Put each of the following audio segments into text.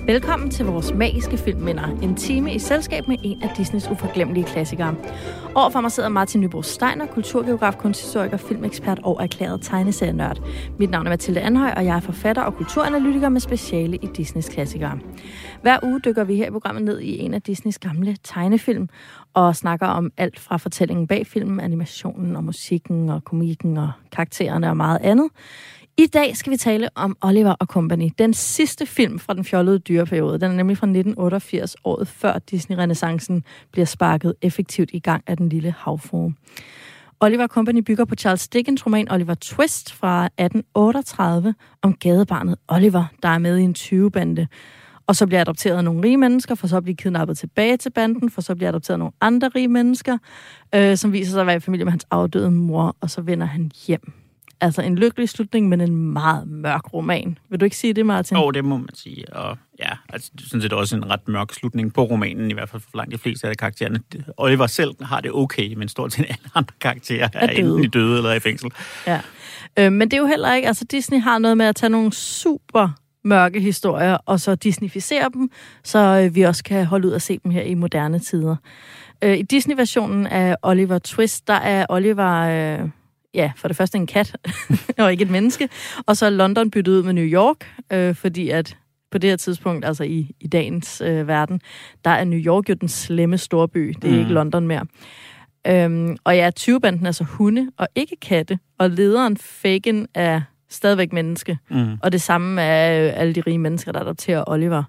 Velkommen til vores magiske filmminder. En time i selskab med en af Disneys uforglemmelige klassikere. Overfor mig sidder Martin Nybo Steiner, kulturgeograf, kunsthistoriker, filmekspert og erklæret tegneserienørd. Mit navn er Mathilde Anhøj, og jeg er forfatter og kulturanalytiker med speciale i Disneys klassikere. Hver uge dykker vi her i programmet ned i en af Disneys gamle tegnefilm og snakker om alt fra fortællingen bag filmen, animationen og musikken og komikken og karaktererne og meget andet. I dag skal vi tale om Oliver & Company, den sidste film fra den fjollede dyreperiode. Den er nemlig fra 1988, året før Disney-renæssancen bliver sparket effektivt i gang af den lille havfrue. Oliver & Company bygger på Charles Dickens' roman Oliver Twist fra 1838 om gadebarnet Oliver, der er med i en 20-bande. Og så bliver adopteret af nogle rige mennesker, for så bliver kidnappet tilbage til banden, for så bliver adopteret af nogle andre rige mennesker, som viser sig at være i familie med hans afdøde mor, og så vender han hjem. Altså en lykkelig slutning, men en meget mørk roman. Vil du ikke sige det, Martin? Jo, det må man sige. Og ja, altså sådan set også en ret mørk slutning på romanen, i hvert fald for langt de fleste af karaktererne. Oliver selv har det okay, men stort set alle andre karakterer er enten i døde eller i fængsel. Ja, men det er jo heller ikke... Altså Disney har noget med at tage nogle super mørke historier, og så disneyficere dem, så vi også kan holde ud og se dem her i moderne tider. I Disney-versionen af Oliver Twist, der er Oliver... Ja, for det første en kat, og ikke et menneske. Og så er London byttet ud med New York, fordi at på det her tidspunkt, altså i dagens verden, der er New York jo den slemme storby. Det er ikke London mere. Og ja, 20-banden er så hunde og ikke katte, og lederen Fagin er stadigvæk menneske. Og det samme er alle de rige mennesker, der adopterer Oliver.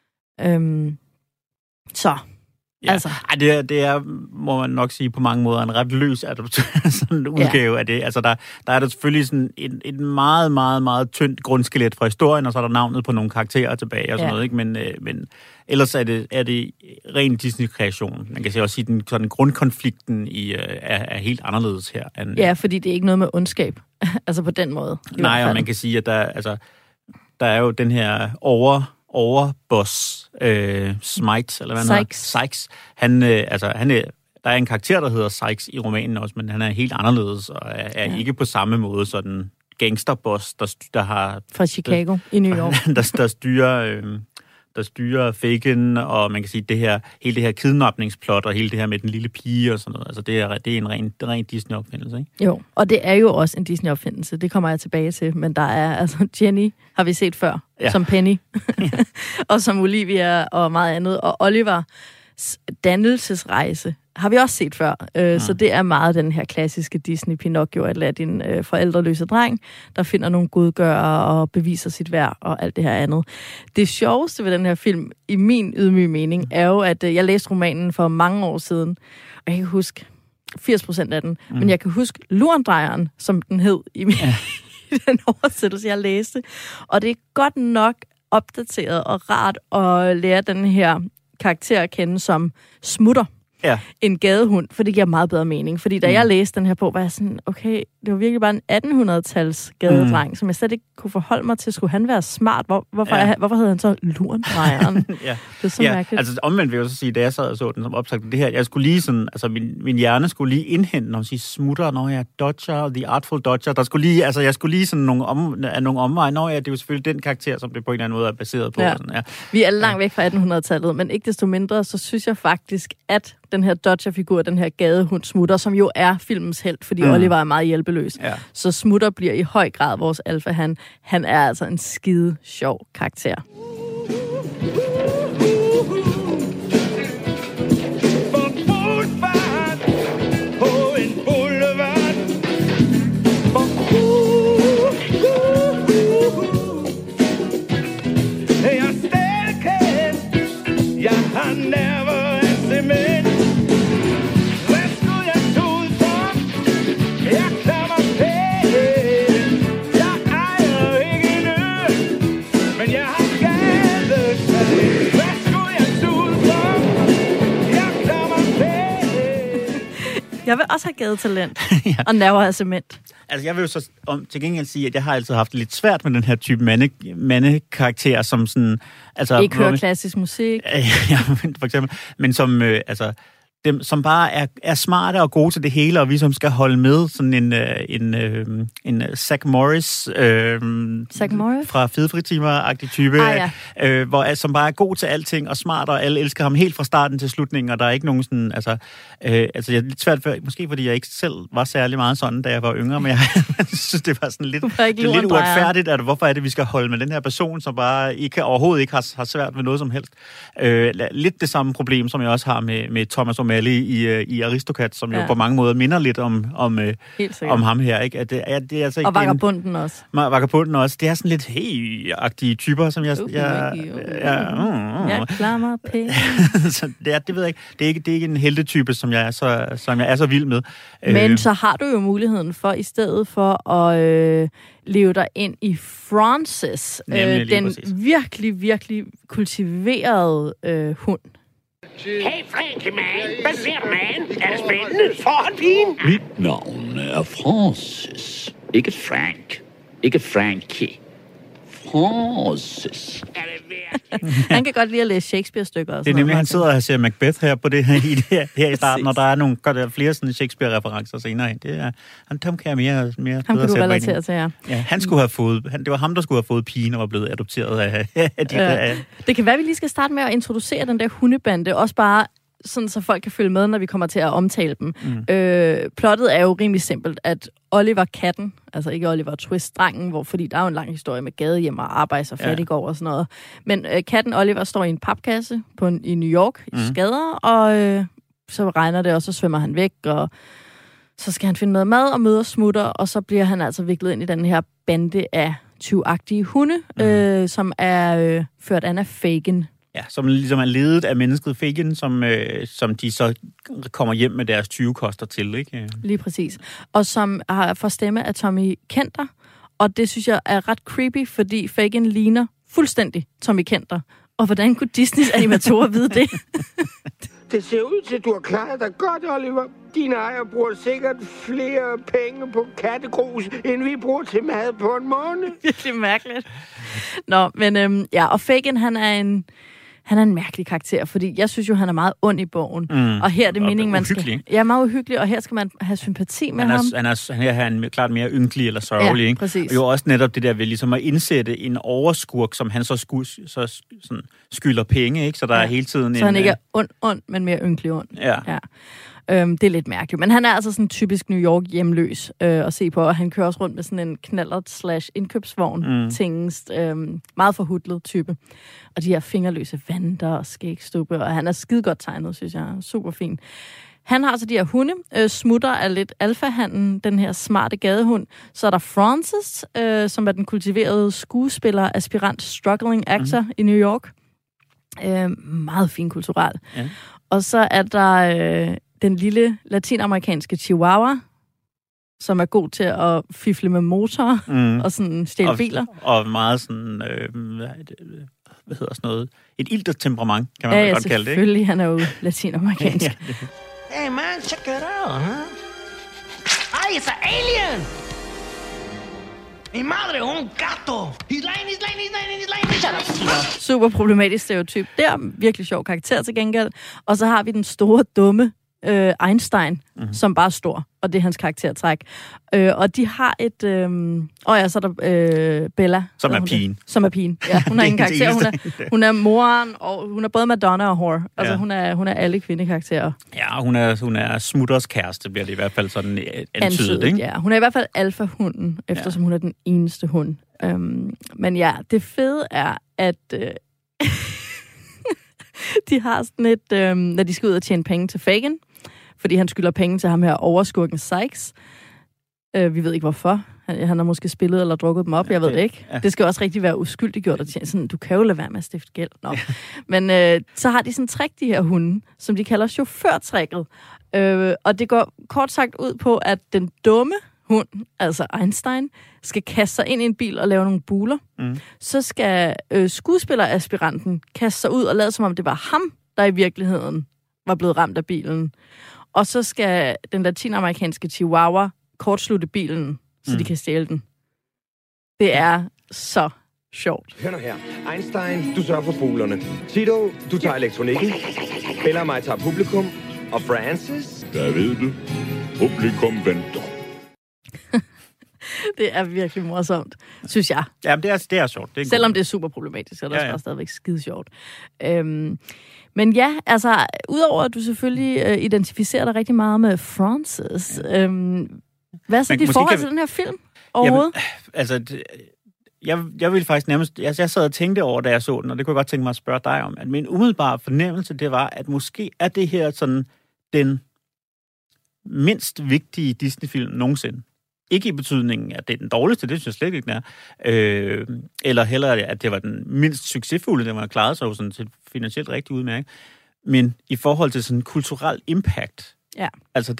Ja. Altså. Det er, må man nok sige, på mange måder en ret løs sådan udgave af det. Altså, der er der selvfølgelig sådan et meget, meget, meget tyndt grundskelet fra historien, og så er der navnet på nogle karakterer tilbage og sådan noget, ikke? Men ellers er det ren Disney-kreation. Man kan også sige, at den grundkonflikten er helt anderledes her. Ja, fordi det er ikke noget med ondskab. Altså på den måde. Nej, og man kan sige, at der er jo den her overboss Smite, eller hvad han Sykes. Der er en karakter, der hedder Sykes i romanen også, men han er helt anderledes, og er ikke på samme måde sådan gangsterboss, der har... Fra Chicago i New York. der styrer Fagin, og man kan sige, hele det her kidnapningsplot, og hele det her med den lille pige og sådan noget, altså det er en ren Disney-opfindelse, ikke? Jo, og det er jo også en Disney-opfindelse, det kommer jeg tilbage til, men der er, altså Jenny har vi set før, som Penny, og som Olivia og meget andet, og Olivers dannelsesrejse har vi også set før. Så det er meget den her klassiske Disney Pinocchio, Aladdin, forældreløse dreng, der finder nogle godgørere og beviser sit værd og alt det her andet. Det sjoveste ved den her film, i min ydmyge mening, er jo, at jeg læste romanen for mange år siden, og jeg kan huske 80% af den, men jeg kan huske Lurendrejeren, som den hed i den oversættelse, jeg læste. Og det er godt nok opdateret og rart at lære den her karakter at kende som Smutter. Ja. En gadehund, for det giver meget bedre mening. Fordi da jeg læste den her på, var jeg sådan, okay, det var virkelig bare en 1800-tals gadedreng, som jeg slet ikke kunne forholde mig til. Skulle han være smart? Hvorfor hedder han så Lurendrejeren? Det er så mærkeligt. Altså omvendt vil jeg også sige, da jeg sad og så den som optag det her, jeg skulle lige sådan, altså min hjerne skulle lige indhente, når man siger Smutter, Dodger, The Artful Dodger, der skulle lige, altså jeg skulle lige sådan nogle omveje, det er jo selvfølgelig den karakter, som det på en eller anden måde er baseret på. Ja. Sådan, Vi er langt væk fra 1800-tallet, men ikke desto mindre, så synes jeg faktisk, at den her Dodger-figur, den her gadehund Smutter, som jo er filmens helt, fordi Oliver er meget hjælpeløs. Ja. Så Smutter bliver i høj grad vores alfa. Han er altså en skide sjov karakter. Jeg vil også have gadetalent og nerver af cement. Altså, jeg vil jo så til gengæld sige, at jeg har altid haft det lidt svært med den her type mandekarakter, som sådan... Altså, ikke hører klassisk musik. Ja, for eksempel. Men som, dem, som bare er smarte og gode til det hele, og vi som skal holde med sådan en Zach Morris, fra Fedefritimer-agtig type, som bare er god til alting og smart, og alle elsker ham helt fra starten til slutningen, og der er ikke nogen sådan, altså jeg er lidt svært, måske fordi jeg ikke selv var særlig meget sådan, da jeg var yngre, men jeg synes, det var sådan lidt uretfærdigt, at hvorfor er det, vi skal holde med den her person, som bare overhovedet ikke har svært med noget som helst. Lidt det samme problem, som jeg også har med Thomas O'Malley i Aristocat, som jo på mange måder minder lidt om ham her, ikke? At det er altså ikke og Vagabunden også. Vagabunden også. Det er sådan lidt hey-agtige typer, som jeg klammer pæn. Så det ved jeg ikke. Det er ikke en heltetype, som jeg er så vild med. Men så har du jo muligheden for, i stedet for at leve dig ind i Frances, den virkelig, virkelig kultiverede hund. Hey, Frankie, man. Hvad ser man? Er det spændende? Får han pigen? Mit navn er Francis. Ikke Frank. Ikke Frankie. Francis. Han kan godt lide at læse Shakespeare-stykker. Og det er nemlig, han sidder og ser Macbeth her på det her i starten, og der er flere sådan Shakespeare-referencer senere hen. Det er, ham kan jeg mere ham kan du relatere til, ja. Han skulle have fået, det var ham, der skulle have fået pigen og var blevet adopteret af de Det kan være, vi lige skal starte med at introducere den der hundebande, også bare sådan, så folk kan følge med, når vi kommer til at omtale dem. Plottet er jo rimelig simpelt, at Oliver katten, altså ikke Oliver Twist, drengen, fordi der er jo en lang historie med gadehjem og arbejds- og fattigård og sådan noget. Men katten Oliver står i en papkasse i New York i Skader, og så regner det, og så svømmer han væk, og så skal han finde noget mad og møder Smutter, og så bliver han altså viklet ind i den her bande af tyvagtige hunde, som er ført an af Fagin. Ja, som ligesom er ledet af mennesket Fagin, som de så kommer hjem med deres 20 koster til, ikke? Lige præcis. Og som får stemme af Tommy Kenter, og det synes jeg er ret creepy, fordi Fagin ligner fuldstændig Tommy Kenter. Og hvordan kunne Disneys animatorer vide det? Det ser ud til, at du har klaret dig godt, Oliver. Dine ejer bruger sikkert flere penge på kattegrus, end vi bruger til mad på en måned. Virkelig mærkeligt. Nå, men og Fagin, han er en mærkelig karakter, fordi jeg synes jo, han er meget ond i bogen. Og her er det meningen, man skal... Ja, meget uhyggelig, og her skal man have sympati med ham. Han er klart mere ynkelig eller sørgelig, ikke? Præcis. Og jo også netop det der ved ligesom at indsætte en overskurk, som han så skylder penge, ikke? Så der er hele tiden så han ikke er ond, men mere ynkelig ond. Ja. Det er lidt mærkeligt. Men han er altså sådan typisk New York hjemløs at se på, og han kører også rundt med sådan en knallert/indkøbsvogn, tingest, meget forhudlet type. Og de her fingerløse vanter og skægstubbe, og han er skide godt tegnet, synes jeg. Super fin. Han har altså de her hunde. Smutter er lidt alfahanden, den her smarte gadehund. Så er der Francis, som er den kultiverede skuespiller, aspirant, struggling actor i New York. Meget fin kulturel. Ja. Og så er der den lille latinamerikanske Chihuahua, som er god til at fifle med motorer og sådan stjæle biler. Og meget sådan, hvad hedder sådan noget, et iltet temperament, kan man godt kalde det, ikke? Selvfølgelig, han er jo latinamerikansk. Hey man, check it out, huh? Ay, it's an alien! Mi madre, un gato! He's lying! Super problematisk stereotyp. Det er virkelig sjov karakter til gengæld. Og så har vi den store, dumme Einstein, som bare er stor, og det er hans karaktertræk. Og de har et... så er der Bella. Som er pigen. Som er pigen, ja. Hun har ingen karakter. Hun er moren, og hun er både Madonna og whore. Altså, hun er alle kvindekarakterer. Ja, hun er Smutters kæreste, bliver det i hvert fald sådan antydet, ikke? Ja, hun er i hvert fald alfa-hunden, eftersom hun er den eneste hund. Men ja, det fede er, at... de har sådan et, når de skal ud og tjene penge til Fagin, fordi han skylder penge til ham her overskurken Sykes. Vi ved ikke hvorfor. Han har måske spillet eller drukket dem op, jeg ved det ikke. Ja. Det skal også rigtig være uskyldiggjort at tjene. Sådan, du kan jo lade være med at stifte gæld. Nå. Men så har de sådan en trick, de her hunde, som de kalder chaufførtricket. Og det går kort sagt ud på, at den dumme hund, altså Einstein, skal kaste sig ind i en bil og lave nogle buler. Så skal skuespilleraspiranten kaste sig ud og lade som om det var ham, der i virkeligheden var blevet ramt af bilen. Og så skal den latinamerikanske Chihuahua kortslutte bilen, så de kan stjæle den. Det er så sjovt. Hør nu her. Einstein, du sørger for bulerne. Tito, du tager elektronikken. Bella og mig tager publikum. Og Francis? Jeg ved det. Publikum venter. Det er virkelig morsomt, synes jeg. Ja, det er sjovt. Det er selvom det er super problematisk, så er det også stadigvæk skide sjovt. Men ja, altså, udover at du selvfølgelig identificerer dig rigtig meget med Francis, hvad er så dit forhold til den her film overhovedet? Jeg ville faktisk nærmest... Jeg sad og tænkte over, da jeg så den, og det kunne jeg godt tænke mig at spørge dig om, at min umiddelbare fornemmelse, det var, at måske er det her sådan den mindst vigtige Disney-film nogensinde. Ikke i betydningen, at det er den dårligste, det synes jeg slet ikke, den er. Eller heller, at det var den mindst succesfulde, den var klaret sig jo sådan til financielt rigtig udmærket. Men i forhold til sådan en kulturel impact, altså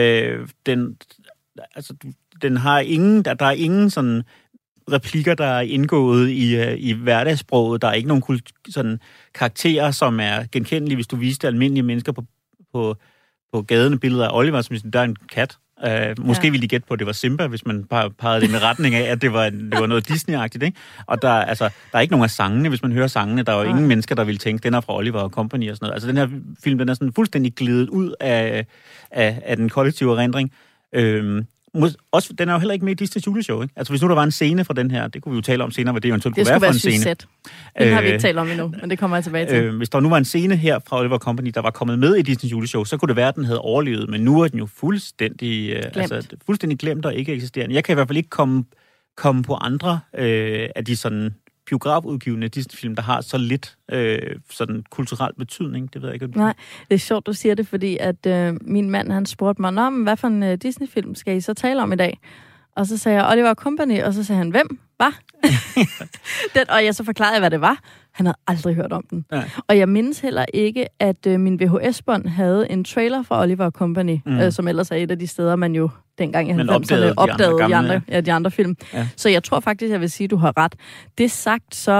den har ingen, der er ingen sådan replikker, der er indgået i hverdagssproget. Der er ikke nogen sådan karakterer, som er genkendelige, hvis du viste almindelige mennesker på gaden billeder af Oliver, som der er en kat. Måske ville de gætte på, at det var Simba, hvis man bare pegede det med retning af, at det var noget Disney-agtigt, ikke? Og der er ikke nogen af sangene, hvis man hører sangene. Der er jo ingen mennesker, der ville tænke, den er fra Oliver og Company og sådan noget. Altså, den her film, den er sådan fuldstændig glidet ud af den kollektive erindring. Også, den er jo heller ikke med i Disneys juleshow, ikke? Altså, hvis nu der var en scene fra den her, det kunne vi jo tale om senere, hvad det eventuelt kunne være for en scene. Det har vi ikke talt om endnu, men det kommer jeg tilbage til. Hvis der nu var en scene her fra Oliver Company, der var kommet med i Disneys juleshow, så kunne det være, at den havde overlevet, men nu er den jo fuldstændig glemt og ikke eksisterende. Jeg kan i hvert fald ikke komme på andre af de sådan biografudgivende Disney-film, der har så lidt sådan kulturel betydning. Det ved jeg ikke. Nej, det er sjovt, du siger det, fordi at min mand, han spurgte mig, hvad for en Disney-film skal I så tale om i dag? Og så sagde jeg, Oliver Company, og så sagde han, hvem? Hvad? Og jeg så forklarede, hvad det var. Han havde aldrig hørt om den. Ja. Og jeg mindes heller ikke, at min VHS-bånd havde en trailer fra Oliver Company, som ellers er et af de steder, man jo dengang i 90'erne opdagede de andre film. Ja. Så jeg tror faktisk, jeg vil sige, at du har ret. Det sagt, så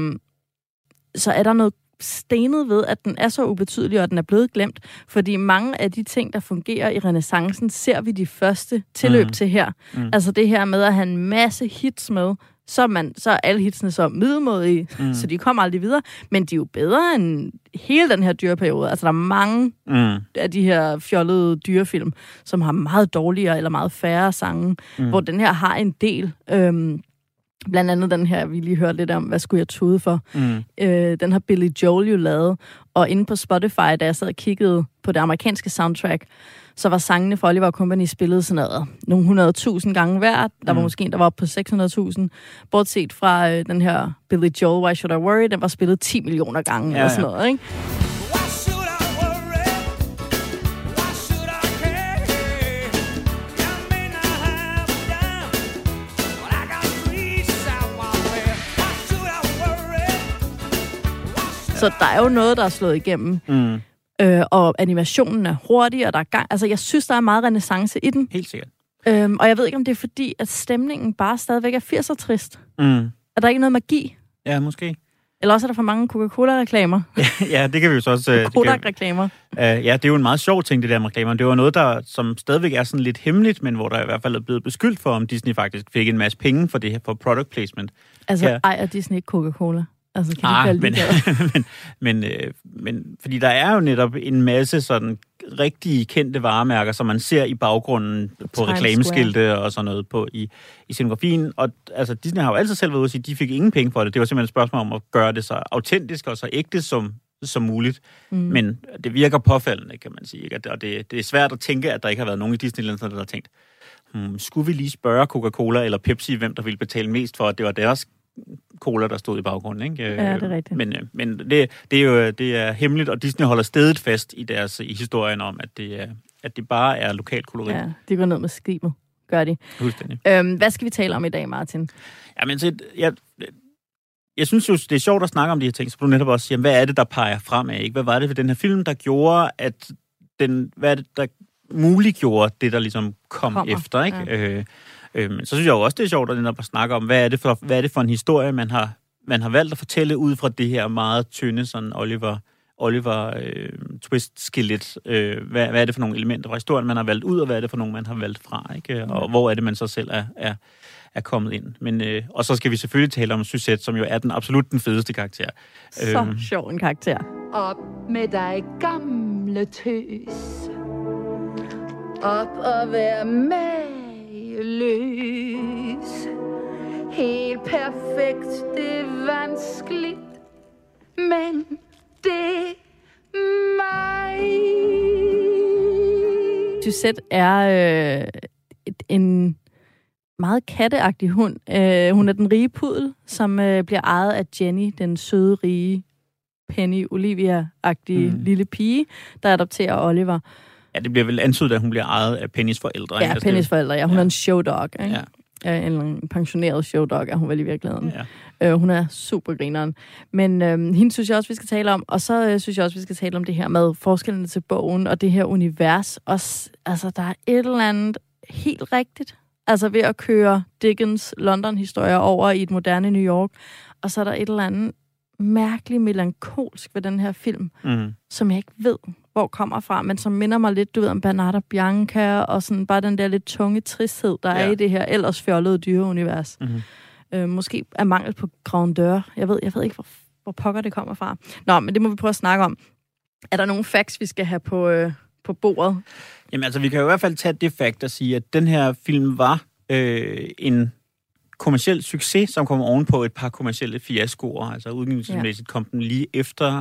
er der noget stenet ved, at den er så ubetydelig, og at den er blevet glemt. Fordi mange af de ting, der fungerer i renæssancen, ser vi de første tilløb til her. Altså det her med at have en masse hits med, så er alle hitsene så middelmådige, så de kommer aldrig videre. Men de er jo bedre end hele den her dyreperiode. Altså der er mange af de her fjollede dyrefilm, som har meget dårligere eller meget færre sange, hvor den her har en del. Blandt andet den her, vi lige hørte lidt om, hvad skulle jeg tude for? Den har Billy Joel jo lavet, og inde på Spotify, da jeg sad og kiggede på det amerikanske soundtrack, så var sangene fra Oliver Company spillet sådan nogle 100.000 gange hver. Der var måske en, der var oppe på 600.000. Bortset fra den her Billy Joel, Why Should I Worry, den var spillet 10 millioner gange eller sådan noget, ikke? Så der er jo noget, der er slået igennem. Og animationen er hurtig, og der er gang. Altså, jeg synes, der er meget renæssance i den. Helt sikkert. Og jeg ved ikke, om det er fordi, at stemningen bare stadigvæk er 80'er trist. Er der ikke noget magi? Ja, måske. Eller også er der for mange Coca-Cola-reklamer. Ja, det kan vi jo så også... Kodak-reklamer. Ja, det er jo en meget sjov ting, det der med reklamer. Det var noget, der som stadigvæk er sådan lidt hemmeligt, men hvor der i hvert fald er blevet beskyldt for, om Disney faktisk fik en masse penge for det her, for product placement. Altså, ejer Disney ikke Coca-Cola? Altså, kan men fordi der er jo netop en masse sådan rigtig kendte varemærker, som man ser i baggrunden på reklameskilte og sådan noget på i scenografien. Og altså, Disney har jo altid selv været ude at sige, at de fik ingen penge for det. Det var simpelthen et spørgsmål om at gøre det så autentisk og så ægte som muligt. Men det virker påfaldende, kan man sige. Ikke? Og det er svært at tænke, at der ikke har været nogen i Disneyland, der har tænkt, skulle vi lige spørge Coca-Cola eller Pepsi, hvem der ville betale mest for, at det var deres cola, der stod i baggrunden, ikke? Ja, det er rigtigt. Men det er hemmeligt, og Disney holder stedet fast i historien om, at det bare er lokalt kolorit. Ja, de går ned med skibet. Gør de. Fuldstændig. Hvad skal vi tale om i dag, Martin? Jamen, jeg synes jo, det er sjovt at snakke om de her ting, så du netop også siger, hvad er det, der peger fremad, ikke? Hvad var det ved den her film, der gjorde, at hvad er det, der muliggjorde det, der ligesom kommer efter, ikke? Ja. Men så synes jeg jo også, det er sjovt at snakke om, hvad er det for en historie, man har valgt at fortælle ud fra det her meget tynde sådan Oliver twist-skelet. Hvad er det for nogle elementer fra historien, man har valgt ud, og hvad er det for nogle, man har valgt fra, ikke? Og hvor er det, man så selv er kommet ind. Men, og så skal vi selvfølgelig tale om Suzette, som jo er den fedeste karakter. Så sjov en karakter. Op med dig, gamle gamle tøs. Op og være mageløs. Helt perfekt, det er vanskeligt, men det er mig. Suzette er en meget katteagtig hund. Hun er den rige puddel, som bliver ejet af Jenny, den søde, rige Penny Olivia-agtige lille pige, der adopterer Oliver. Ja, det bliver vel antydet, at hun bliver ejet af Pennys forældre. Ja, ikke? Pennys forældre, ja. Hun er en showdog, ikke? Ja. En pensioneret showdog er hun vel i virkeligheden. Ja. Hun er super grineren. Men hende synes jeg også, vi skal tale om. Og så synes jeg også, vi skal tale om det her med forskellene til bogen og det her univers. Også, altså, der er et eller andet helt rigtigt. Altså ved at køre Dickens London-historier over i et moderne New York. Og så er der et eller andet mærkeligt melankolsk ved den her film, som jeg ikke ved, hvor kommer fra, men som minder mig lidt, du ved, om Bernarda Bianca, og sådan bare den der lidt tunge tristhed, der er i det her ellers fjollede dyreunivers. Måske er mangel på grandeur. Jeg ved ikke, hvor pokker det kommer fra. Nå, men det må vi prøve at snakke om. Er der nogle facts, vi skal have på bordet? Jamen altså, vi kan jo i hvert fald tage det fakt at sige, at den her film var en kommerciel succes, som kom ovenpå et par kommercielle fiaskoer. Altså udgivelsesmæssigt kom den lige efter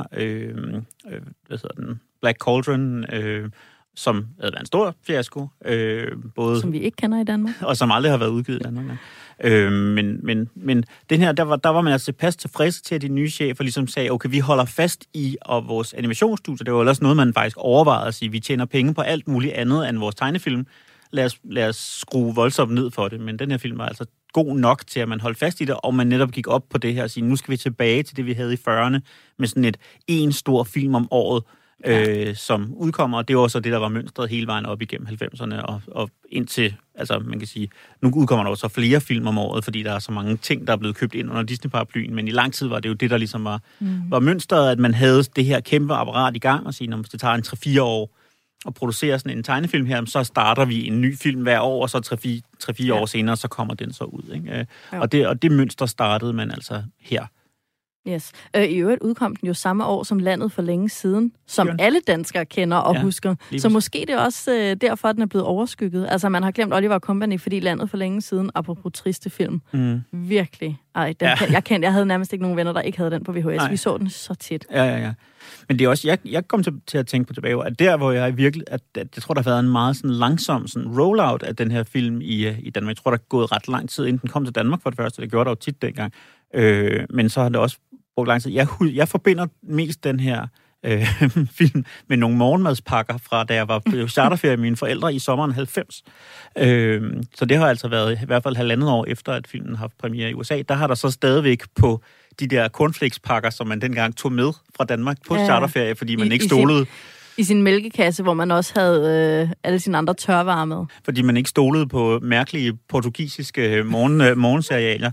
Black Cauldron, som havde været en stor fiasko. Både, som vi ikke kender i Danmark. Og som aldrig har været udgivet i Danmark. Men den her, der var man altså pas tilfreds til, at de nye chefer ligesom sagde, okay, vi holder fast i og vores animationsstudie. Det var også noget, man faktisk overvejede at sige, vi tjener penge på alt muligt andet end vores tegnefilm. Lad os skrue voldsomt ned for det. Men den her film var altså god nok til, at man holdt fast i det, og man netop gik op på det her og sige, nu skal vi tilbage til det, vi havde i 40'erne, med sådan en stor film om året, som udkommer, og det var så det, der var mønstret hele vejen op igennem 90'erne, og indtil, altså man kan sige, nu udkommer der også flere film om året, fordi der er så mange ting, der er blevet købt ind under Disney-paraplyen, men i lang tid var det jo det, der ligesom var mønstret, at man havde det her kæmpe apparat i gang, og sige, når det tager en 3-4 år at producere sådan en tegnefilm her, så starter vi en ny film hver år, og så 3-4 år senere, så kommer den så ud. Ikke? Og det mønster startede man altså her. Yes. I øvrigt udkom den jo samme år som Landet for længe siden, som alle danskere kender og husker. Så måske det er også derfor, den er blevet overskygget. Altså, man har glemt Oliver & Company, fordi Landet for længe siden, apropos triste film. Virkelig. Ej, jeg havde nærmest ikke nogen venner, der ikke havde den på VHS. Nej. Vi så den så tit. Ja. Men det er også, jeg kom til at tænke på tilbage, at der, hvor jeg virkelig, at jeg tror, der har været en meget sådan langsom sådan rollout af den her film i Danmark. Jeg tror, der er gået ret lang tid, inden den kom til Danmark for det første. Det gjorde der jo tit dengang. Men så har det også brugt lang tid. Jeg forbinder mest den her film med nogle morgenmadspakker fra, da jeg var på charterferie med mine forældre i sommeren 90. Så det har altså været i hvert fald 1,5 år efter, at filmen har haft premiere i USA. Der har der så stadigvæk på de der cornflakespakker, som man dengang tog med fra Danmark på charterferie, fordi man ikke stolede. I sin mælkekasse, hvor man også havde alle sine andre tørvarer med. Fordi man ikke stolede på mærkelige portugisiske morgencerealer.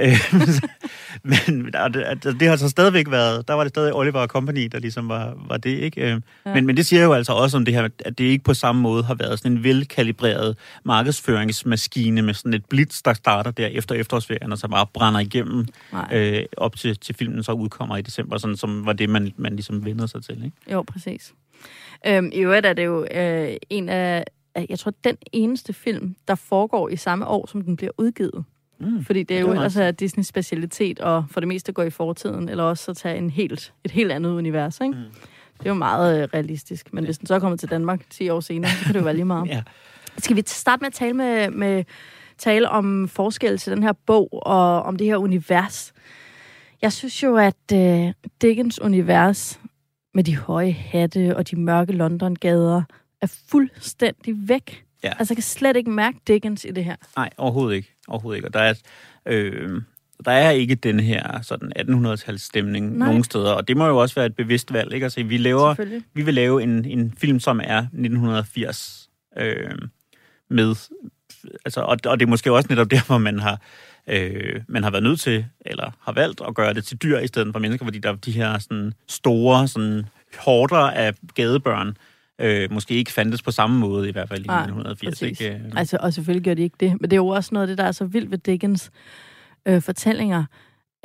Men det har så stadigvæk været, der var det stadig Oliver & Company, der ligesom var det, ikke? Men det siger jo altså også om det her, at det ikke på samme måde har været sådan en velkalibreret markedsføringsmaskine med sådan et blitz, der starter der efter efterårsferien, og så bare brænder igennem op til filmen så udkommer i december, sådan som var det, man ligesom vendte sig til, ikke? Jo, præcis. I øvrigt er det jo en af, jeg tror, den eneste film, der foregår i samme år, som den bliver udgivet. Fordi det er jo altså Disneys specialitet, og for det meste går i fortiden, eller også at tage et helt andet univers, ikke? Det er jo meget realistisk. Men hvis den så er kommet til Danmark 10 år senere, så kan det jo være lige meget. Skal vi starte med at tale om forskel til den her bog, og om det her univers? Jeg synes jo, at Dickens univers med de høje hatte og de mørke London-gader er fuldstændig væk. Ja. Altså, jeg kan slet ikke mærke Dickens i det her. Nej, overhovedet ikke. Og der er ikke den her sådan 1800-tals stemning nogen steder, og det må jo også være et bevidst valg, ikke? Altså, vi vil lave en film, som er 1980 med, altså, og det er måske også netop der, hvor man har været nødt til, eller har valgt at gøre det til dyr i stedet for mennesker, fordi der er de her sådan store sådan horder af gadebørn, måske ikke fandtes på samme måde, i hvert fald i 1980. Ikke? Altså, og selvfølgelig gør de ikke det, men det er jo også noget af det, der er så vildt ved Dickens fortællinger,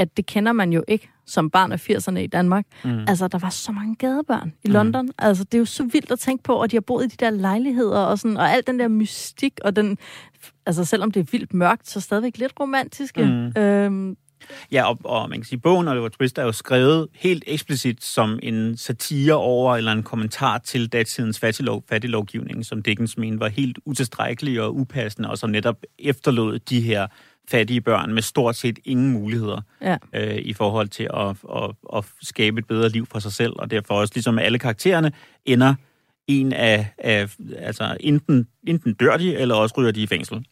at det kender man jo ikke som barn af 80'erne i Danmark. Altså, der var så mange gadebørn i London. Altså, det er jo så vildt at tænke på, at de har boet i de der lejligheder og sådan, og alt den der mystik, og den, altså, selvom det er vildt mørkt, så stadigvæk lidt romantiske. Ja, og man kan sige, bogen Oliver Twist er jo skrevet helt eksplicit som en satire over, eller en kommentar til datidens fattiglovgivning, som Dickens mente var helt utilstrækkelig og upassende, og som netop efterlod de her fattige børn med stort set ingen muligheder i forhold til at skabe et bedre liv for sig selv, og derfor også ligesom alle karaktererne ender en af altså enten dør de, eller også ryger de i fængsel.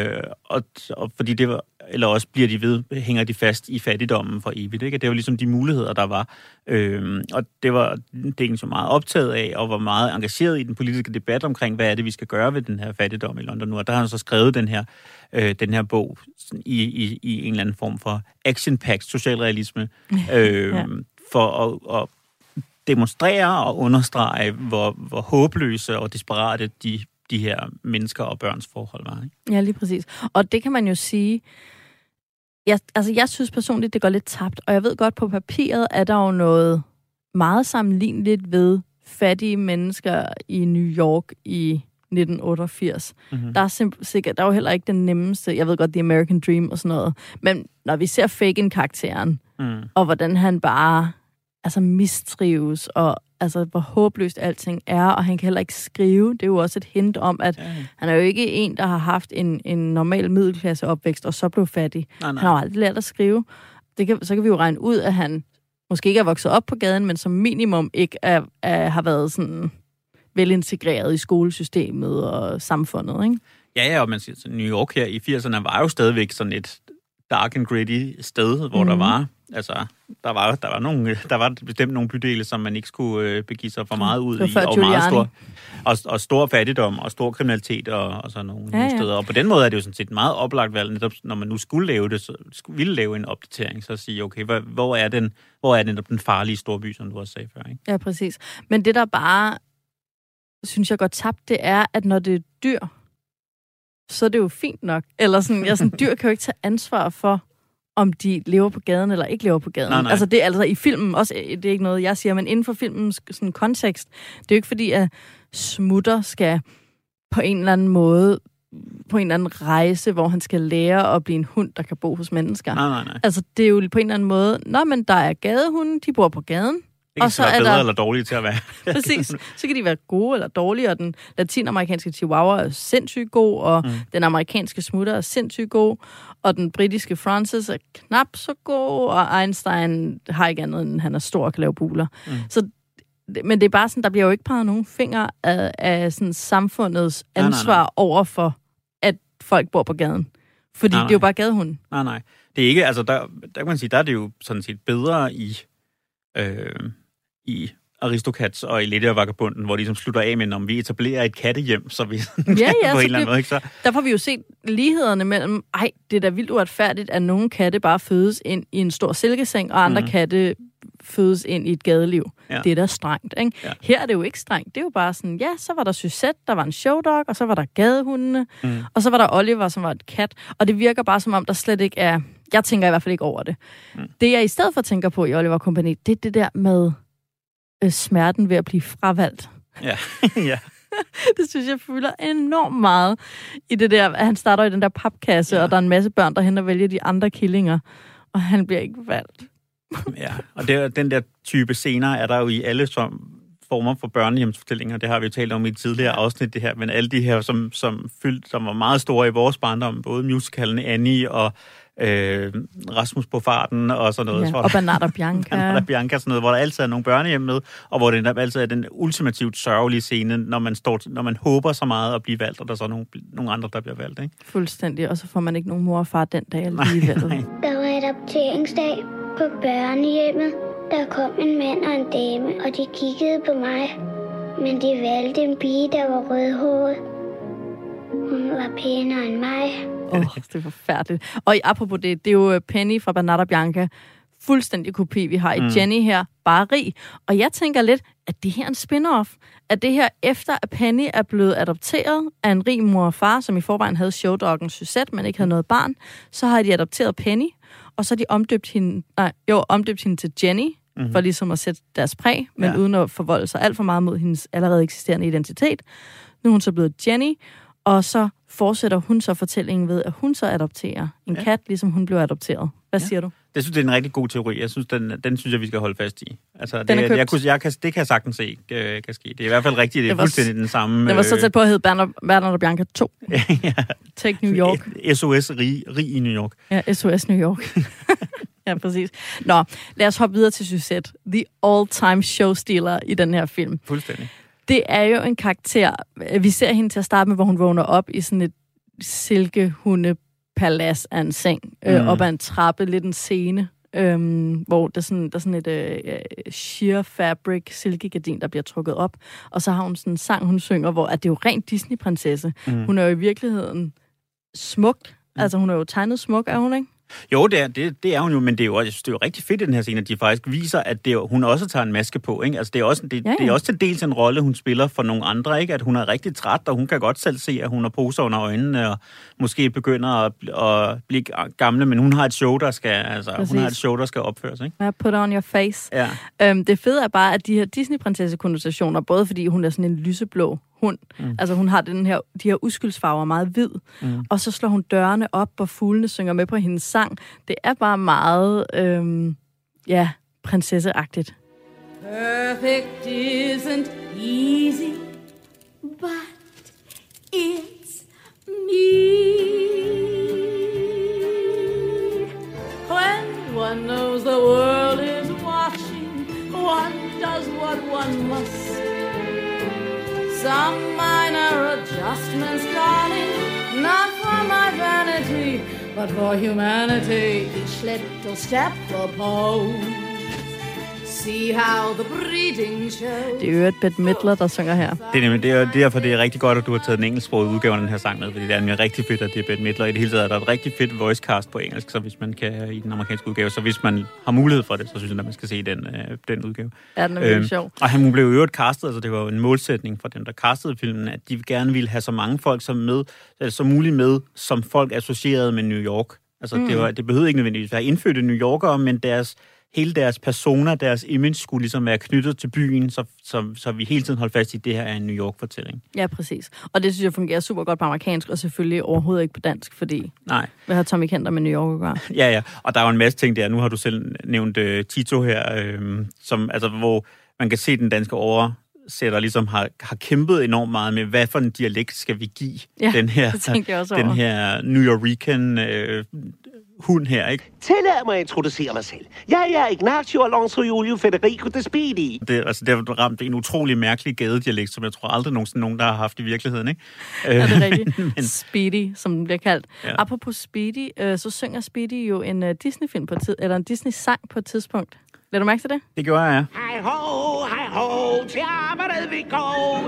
Og fordi det var, eller også hænger de fast i fattigdommen for evigt. Ikke? Det var ligesom de muligheder, der var. Og det var Dickens meget optaget af, og var meget engageret i den politiske debat omkring, hvad er det, vi skal gøre ved den her fattigdom i London nu. Og der har han så skrevet den her bog i en eller anden form for action-packed socialrealisme, for at demonstrere og understrege, hvor håbløse og desperate de her mennesker og børns forhold var. Ikke? Ja, lige præcis. Og det kan man jo sige, jeg synes personligt, det går lidt tabt, og jeg ved godt, på papiret er der jo noget meget sammenligneligt ved fattige mennesker i New York i 1988. Der er sikkert, der er jo heller ikke den nemmeste, jeg ved godt, The American Dream og sådan noget, men når vi ser Fagin-karakteren, og hvordan han bare mistrives, og altså, hvor håbløst alting er, og han kan heller ikke skrive. Det er jo også et hint om, at han er jo ikke en, der har haft en normal middelklasse opvækst, og så blev fattig. Nej. Han har jo aldrig lært at skrive. Så kan vi jo regne ud, at han måske ikke er vokset op på gaden, men som minimum ikke har været sådan velintegreret i skolesystemet og samfundet, ikke? Ja, og man siger, New York her i 80'erne var jo stadigvæk sådan et dark and gritty sted, hvor der var, altså, der var bestemt nogle bydele, som man ikke skulle begive sig for meget ud i, og meget stor fattigdom og stor kriminalitet og sådan nogle steder. Og på den måde er det jo sådan set meget oplagt valg, netop når man nu skulle lave det, så ville lave en opdatering, så at sige, okay, hvor er den farlige storby, som du også sagde før, ikke? Ja, præcis. Men det der bare, synes jeg går tabt, det er, at når det er dyr, så er det jo fint nok. Eller sådan, dyr kan jo ikke tage ansvar for, om de lever på gaden eller ikke lever på gaden. Nej. Altså det er altså i filmen også, det er ikke noget, jeg siger, men inden for filmens sådan kontekst, det er jo ikke fordi, at Smutter skal på en eller anden måde, på en eller anden rejse, hvor han skal lære at blive en hund, der kan bo hos mennesker. Nej. Altså det er jo på en eller anden måde, men der er gadehunde, de bor på gaden. Det kan så være bedre eller dårlige til at være. Præcis. Så kan de være gode eller dårlige, og den latinamerikanske chihuahua er sindssygt god, og den amerikanske Smutter er sindssygt god, og den britiske Francis er knap så god, og Einstein har ikke andet, end han er stor og kan lave buler. Så, men det er bare sådan, der bliver jo ikke peget nogen fingre af sådan samfundets ansvar over for, at folk bor på gaden. Fordi det er jo bare gadehunden. Nej. Det er ikke, altså der kan man sige, der er det jo sådan set bedre i Aristocats og i Lette og Vagabunden, hvor de ligesom slutter af med, om vi etablerer et kattehjem, så vi på en eller anden måde, ikke så? Der får vi jo set lighederne mellem, det er da vildt uretfærdigt, at nogle katte bare fødes ind i en stor silkeseng, og andre katte fødes ind i et gadeliv. Ja. Det er da strengt, ikke? Ja. Her er det jo ikke strengt. Det er jo bare sådan, så var der Suzette, der var en showdog, og så var der gadehundene, og så var der Oliver, som var et kat, og det virker bare som om, der slet ikke er... Jeg tænker i hvert fald ikke over det. Det, jeg i stedet for tænker på i Oliver Company, det er det der med smerten ved at blive fravalgt. Ja. Det synes jeg fylder enormt meget i det der, at han starter i den der papkasse, og der er en masse børn, der hen og vælger de andre killinger, og han bliver ikke valgt. Ja, og den der type scener er der jo i alle former for børnehjemsfortællinger. Det har vi jo talt om i et tidligere afsnit, det her, men alle de her, som var meget store i vores barndom, både musicalen Annie og Rasmus på farten og sådan noget. Ja, og Bernard og Bianca. Bernard og Bianca, sådan noget, hvor der altid er nogle børnehjem med, og hvor det altid er den ultimativt sørgelige scene, når man håber så meget at blive valgt, og der er så nogle andre, der bliver valgt, ikke? Fuldstændig, og så får man ikke nogen mor og far den dag alligevel. Der var adopteringsdag på børnehjemmet. Der kom en mand og en dame, og de kiggede på mig. Men de valgte en pige, der var rødhåret. Hun var pænere end mig. Det er forfærdeligt. Og apropos det er jo Penny fra Bernard og Bianca, fuldstændig kopi, vi har i Jenny her, bare rig. Og jeg tænker lidt, at det her er en spin-off. At det her, efter at Penny er blevet adopteret af en rig mor og far, som i forvejen havde showdoggen Suzette, men ikke havde noget barn, så har de adopteret Penny, og så har de omdøbt hende til Jenny, for ligesom at sætte deres præg, men uden at forvolde sig alt for meget mod hendes allerede eksisterende identitet. Nu er hun så blevet Jenny, og så fortsætter hun så fortællingen ved, at hun så adopterer en kat, ligesom hun blev adopteret. Hvad siger du? Det synes jeg er en rigtig god teori. Jeg synes, den synes jeg, vi skal holde fast i. Altså, den er det kan jeg sagtig se kan ske. Det er i hvert fald rigtigt, det er fuldstændig den samme... Det var så tæt på at hedde Bernard og Bianca 2. Take New York. SOS rig i New York. Ja, SOS New York. Ja, præcis. Nå, lad os hoppe videre til Suzette. The all-time showstealer i den her film. Fuldstændig. Det er jo en karakter... Vi ser hende til at starte med, hvor hun vågner op i sådan et silkehundepalads af en seng. Op ad en trappe, lidt en scene, hvor der er sådan et sheer fabric silkegardin, der bliver trukket op. Og så har hun sådan en sang, hun synger, hvor at det er jo rent Disney-prinsesse. Hun er jo i virkeligheden smuk. Altså, hun er jo tegnet smuk, er hun, ikke? Jo, det er hun jo, men det er jo, jeg synes, det er jo rigtig fedt i den her scene, at de faktisk viser, at hun også tager en maske på, ikke? Altså, det er også til dels en rolle, hun spiller for nogle andre, ikke? At hun er rigtig træt, og hun kan godt selv se, at hun har poser under øjnene, og måske begynder at blive gamle, men hun har et show, der skal opføres, ikke? Ja, put on your face. Ja. Det fede er bare, at de her Disney-prinsesse-konnotationer, både fordi hun er sådan en lyseblå hund, altså hun har de her uskyldsfarver meget hvid, og så slår hun dørene op, og fuglene synger med på hendes sang. Det er bare meget, prinsesseagtigt. Perfect isn't easy, but it's me. When one knows the world is watching, one does what one must. Some minor adjustments, darling, not for my vanity, but for humanity. Each little step proposed. See how the breeding shows. Det er jo et Bette Midler, der synger her. Det er derfor, det er rigtig godt, at du har taget den engelsksprogede udgave af den her sang med, fordi det er rigtig fedt, at det er Bette Midler. I det hele taget er der et rigtig fedt voicecast på engelsk, så hvis man kan i den amerikanske udgave, så hvis man har mulighed for det, så synes jeg, at man skal se den udgave. Ja, den er virkelig sjov. Og han blev jo øvrigt castet, altså det var jo en målsætning for dem, der castede filmen, at de gerne ville have så mange folk som muligt med, som folk associeret med New York. Altså det behøvede ikke nødvendigvis være indfødte New Yorkere, men hele deres persona, deres image skulle ligesom være knyttet til byen, så vi hele tiden holdt fast i, at det her er en New York-fortælling. Ja, præcis. Og det synes jeg fungerer super godt på amerikansk, og selvfølgelig overhovedet ikke på dansk, fordi hvad har Tommy Kenter med New York at gøre? Ja, og der er jo en masse ting der. Nu har du selv nævnt Tito her, hvor man kan se, den danske oversætter ligesom har kæmpet enormt meget med, hvad for en dialekt skal vi give den her New Yorkican hund her, ikke? Tillad mig at introducere mig selv. Jeg er Ignacio Alonso Julio Federico de Speedy. Det har ramt en utrolig mærkelig gadedialekt, som jeg tror aldrig nogen, der har haft i virkeligheden, ikke? Ja, det er rigtigt. Speedy, som den bliver kaldt. Ja. Apropos Speedy, så synger Speedy jo en Disney-film eller en Disney-sang på et tidspunkt. Lad du mærke til det? Det gjorde jeg, ja. Hej ho, til arbejdet vi går.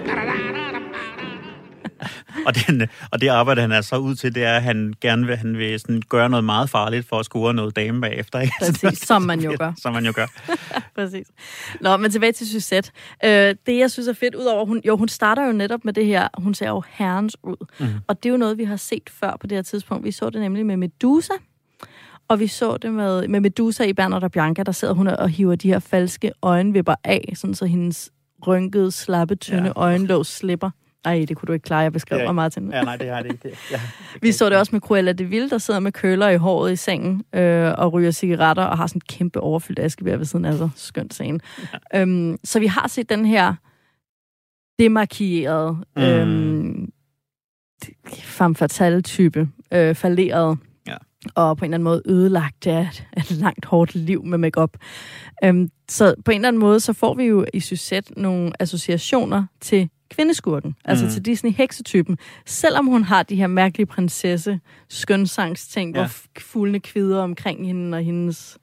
Og det arbejde, han er så ud til, det er, at han vil sådan gøre noget meget farligt for at score noget dame bagefter. Ikke? Præcis, som man jo gør. Som man jo gør. Præcis. Nå, men tilbage til Suzette. Det, jeg synes er fedt, udover hun starter jo netop med det her, hun ser jo herrens ud. Og det er jo noget, vi har set før på det her tidspunkt. Vi så det nemlig med Medusa. Og vi så det med Medusa i Bernard og Bianca, der sidder hun og hiver de her falske øjenvipper af, sådan så hendes rynkede, slappe, tynde øjenlåg slipper. Ej, det kunne du ikke klare, jeg beskrev mig, Martin. Ja, nej, det har det ikke. Vi så det også med Cruella de Vil, der sidder med køller i håret i sengen og ryger cigaretter og har sådan en kæmpe overfyldt askebær ved siden af sig. Skønt scene. Ja. Så vi har set den her demarkerede femme fatale-type, falderet og på en eller anden måde ødelagt af et langt, hårdt liv med makeup. Så på en eller anden måde, så får vi jo i Suzette nogle associationer til kvindeskurken, altså til Disney-heksetypen, selvom hun har de her mærkelige prinsesse skønsangsting, hvor fuglene kvider omkring hende, og hendes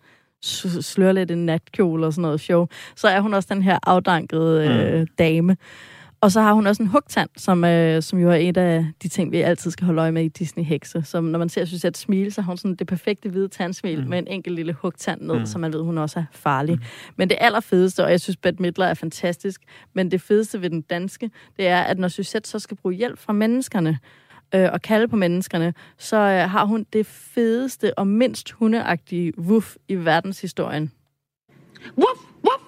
slør lidt en natkjole og sådan noget show, så er hun også den her afdankede dame. Og så har hun også en hugtand, som jo er et af de ting, vi altid skal holde øje med i Disney-hekse. Som når man ser Suzette smile, så har hun sådan det perfekte hvide tandsmil med en enkelt lille hugtand ned, så man ved, hun også er farlig. Men det allerfedeste, og jeg synes, Bette Midler er fantastisk, men det fedeste ved den danske, det er, at når Suzette så skal bruge hjælp fra menneskerne, og kalde på menneskerne, så har hun det fedeste og mindst hundeagtige wuff i verdenshistorien. Wuff, wuff!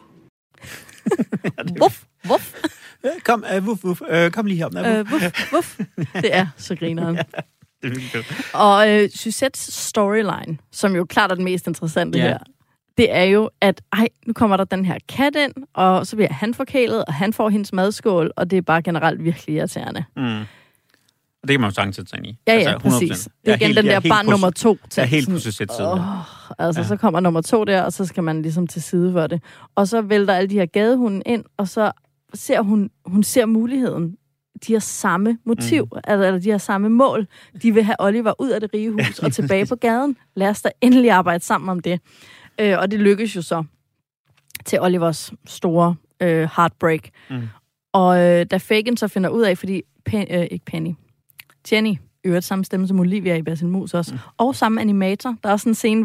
Wuff, wuff! Kom, wuff, wuff. Kom lige her. Wuff, wuff. Det er så grineren. Ja, det er virkelig godt. Og Suzettes storyline, som jo klart er den mest interessante her, det er jo, at nu kommer der den her kat ind, og så bliver han forkælet, og han får hendes madskål, og det er bare generelt virkelig irriterende. Og det kan man jo sagtens sætte sig ind i. Ja, altså, præcis. Det er igen den der barn nummer 2. Jeg er helt på Suzettes side. Så kommer nummer 2 der, og så skal man ligesom til side for det. Og så vælter alle de her gadehunde ind, og så ser hun ser muligheden. De har samme motiv, eller de har samme mål. De vil have Oliver ud af det rige hus og tilbage på gaden. Lad os da endelig arbejde sammen om det. Og det lykkes jo så til Olivers store heartbreak. Og da Fagin så finder ud af, fordi Jenny, øvrigt samme stemme som Olivia i Basil Mus også, og samme animator. Der er også en scene,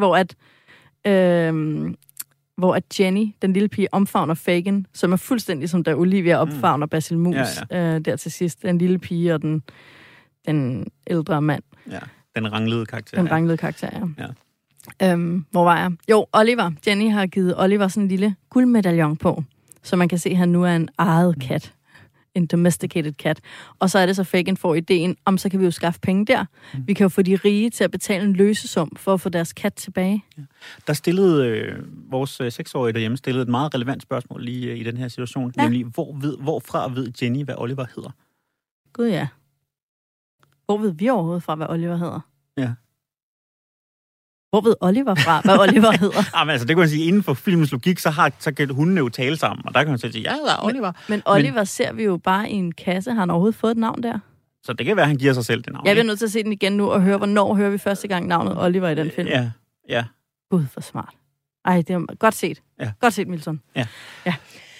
hvor at Jenny, den lille pige, omfavner Fagin, som er fuldstændig som da Olivia opfavner Basil Mus der til sidst. Den lille pige og den ældre mand. Ja, den ranglede karakter. Ja. Hvor var jeg? Jo, Oliver. Jenny har givet Oliver sådan en lille guldmedaljon på, så man kan se, at han nu er en ejet kat. En domesticated cat. Og så er det så Fagin får ideen, om så kan vi jo skaffe penge der. Vi kan jo få de rige til at betale en løsesum for at få deres kat tilbage. Ja. Der stillede vores 6-årige derhjemme et meget relevant spørgsmål lige i den her situation. Ja. Nemlig, hvorfra ved Jenny, hvad Oliver hedder? Gud ja. Hvor ved vi overhovedet fra, hvad Oliver hedder? Ja. Hvor ved Oliver fra, hvad Oliver hedder? Jamen, altså, det kan man sige, inden for filmens logik, så kan hundene jo tale sammen, og der kan man sige, ja, der er Oliver. Men Oliver ser vi jo bare i en kasse. Har han overhovedet fået et navn der? Så det kan være, at han giver sig selv det navn. Jeg bliver nødt til at se den igen nu, og høre, hvornår hører vi første gang navnet Oliver i den film. Ja. Gud, for smart. Ej, det er godt set. Ja. Godt set, Milton. Ja.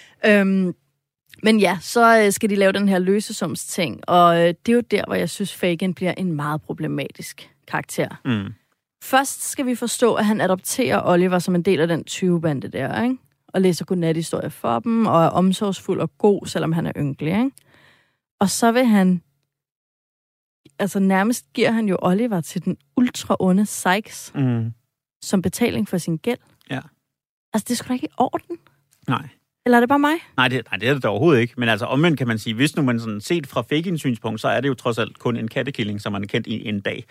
Men ja, så skal de lave den her løsesumsting, og det er jo der, hvor jeg synes, Fagin bliver en meget problematisk karakter. Først skal vi forstå, at han adopterer Oliver som en del af den 20-bande der, ikke? Og læser godnathistorier for dem, og er omsorgsfuld og god, selvom han er ynkelig, ikke? Og så vil han... Altså nærmest giver han jo Oliver til den ultra-onde Sykes, som betaling for sin gæld. Ja. Altså, det er sgu da ikke i orden. Nej. Eller er det bare mig? Nej, det er det overhovedet ikke. Men altså omvendt kan man sige, hvis nu man sådan set fra Fagins synspunkt, så er det jo trods alt kun en kattekilling, som man er kendt i en dag.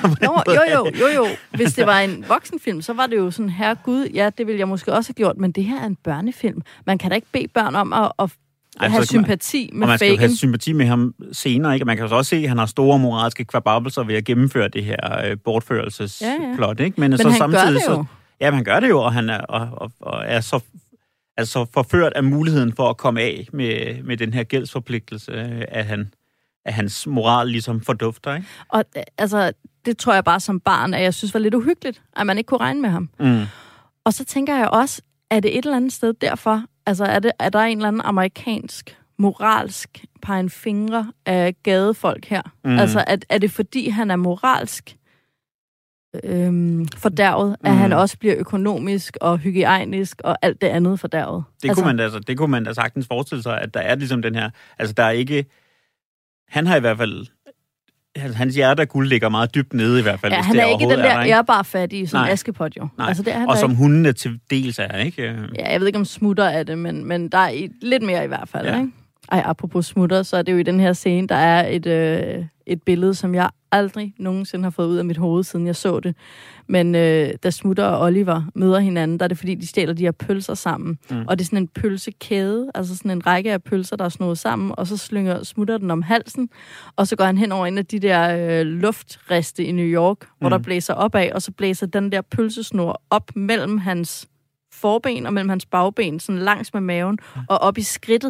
Jo. Hvis det var en voksenfilm, så var det jo sådan, herre Gud, ja, det ville jeg måske også have gjort, men det her er en børnefilm. Man kan da ikke bede børn om at have sympati med Fagin. Og man skal jo have sympati med ham senere, ikke? Og man kan så også se, at han har store moralske kvababelser ved at gennemføre det her bortførelsesplot, ikke? Men så han samtidig gør det jo. Ja, han gør det jo, og han er så forført af muligheden for at komme af med den her gældsforpligtelse, at hans moral ligesom fordufter, ikke? Og altså, det tror jeg bare som barn, at jeg synes var lidt uhyggeligt, at man ikke kunne regne med ham. Og så tænker jeg også, er det et eller andet sted derfor, altså er der en eller anden amerikansk, moralsk pegen fingre af gadefolk her? Altså, er det fordi, han er moralsk fordærvet, at han også bliver økonomisk og hygiejnisk og alt det andet fordærvet? Det kunne man da sagtens forestille sig, at der er ligesom den her, altså der er ikke, han har i hvert fald, hans hjerte af guld ligger meget dybt nede i hvert fald. Ja, han er ikke den der ærbare fattige som Askepot jo. Nej, altså, det er han og som ikke. hundene til dels er, ikke? Ja, jeg ved ikke om smutter er det, men der er lidt mere i hvert fald, ikke? Ej, apropos smutter, så er det jo i den her scene, der er et billede, som jeg aldrig nogensinde har fået ud af mit hoved, siden jeg så det. Men da Smutter og Oliver møder hinanden, der er det fordi, de stjæler de her pølser sammen. Og det er sådan en pølsekæde, altså sådan en række af pølser, der er snået sammen, og så slynger Smutter den om halsen, og så går han hen over en af de der luftriste i New York, hvor der blæser opad, og så blæser den der pølsesnor op mellem hans forben og mellem hans bagben, sådan langs med maven, og op i skridtet.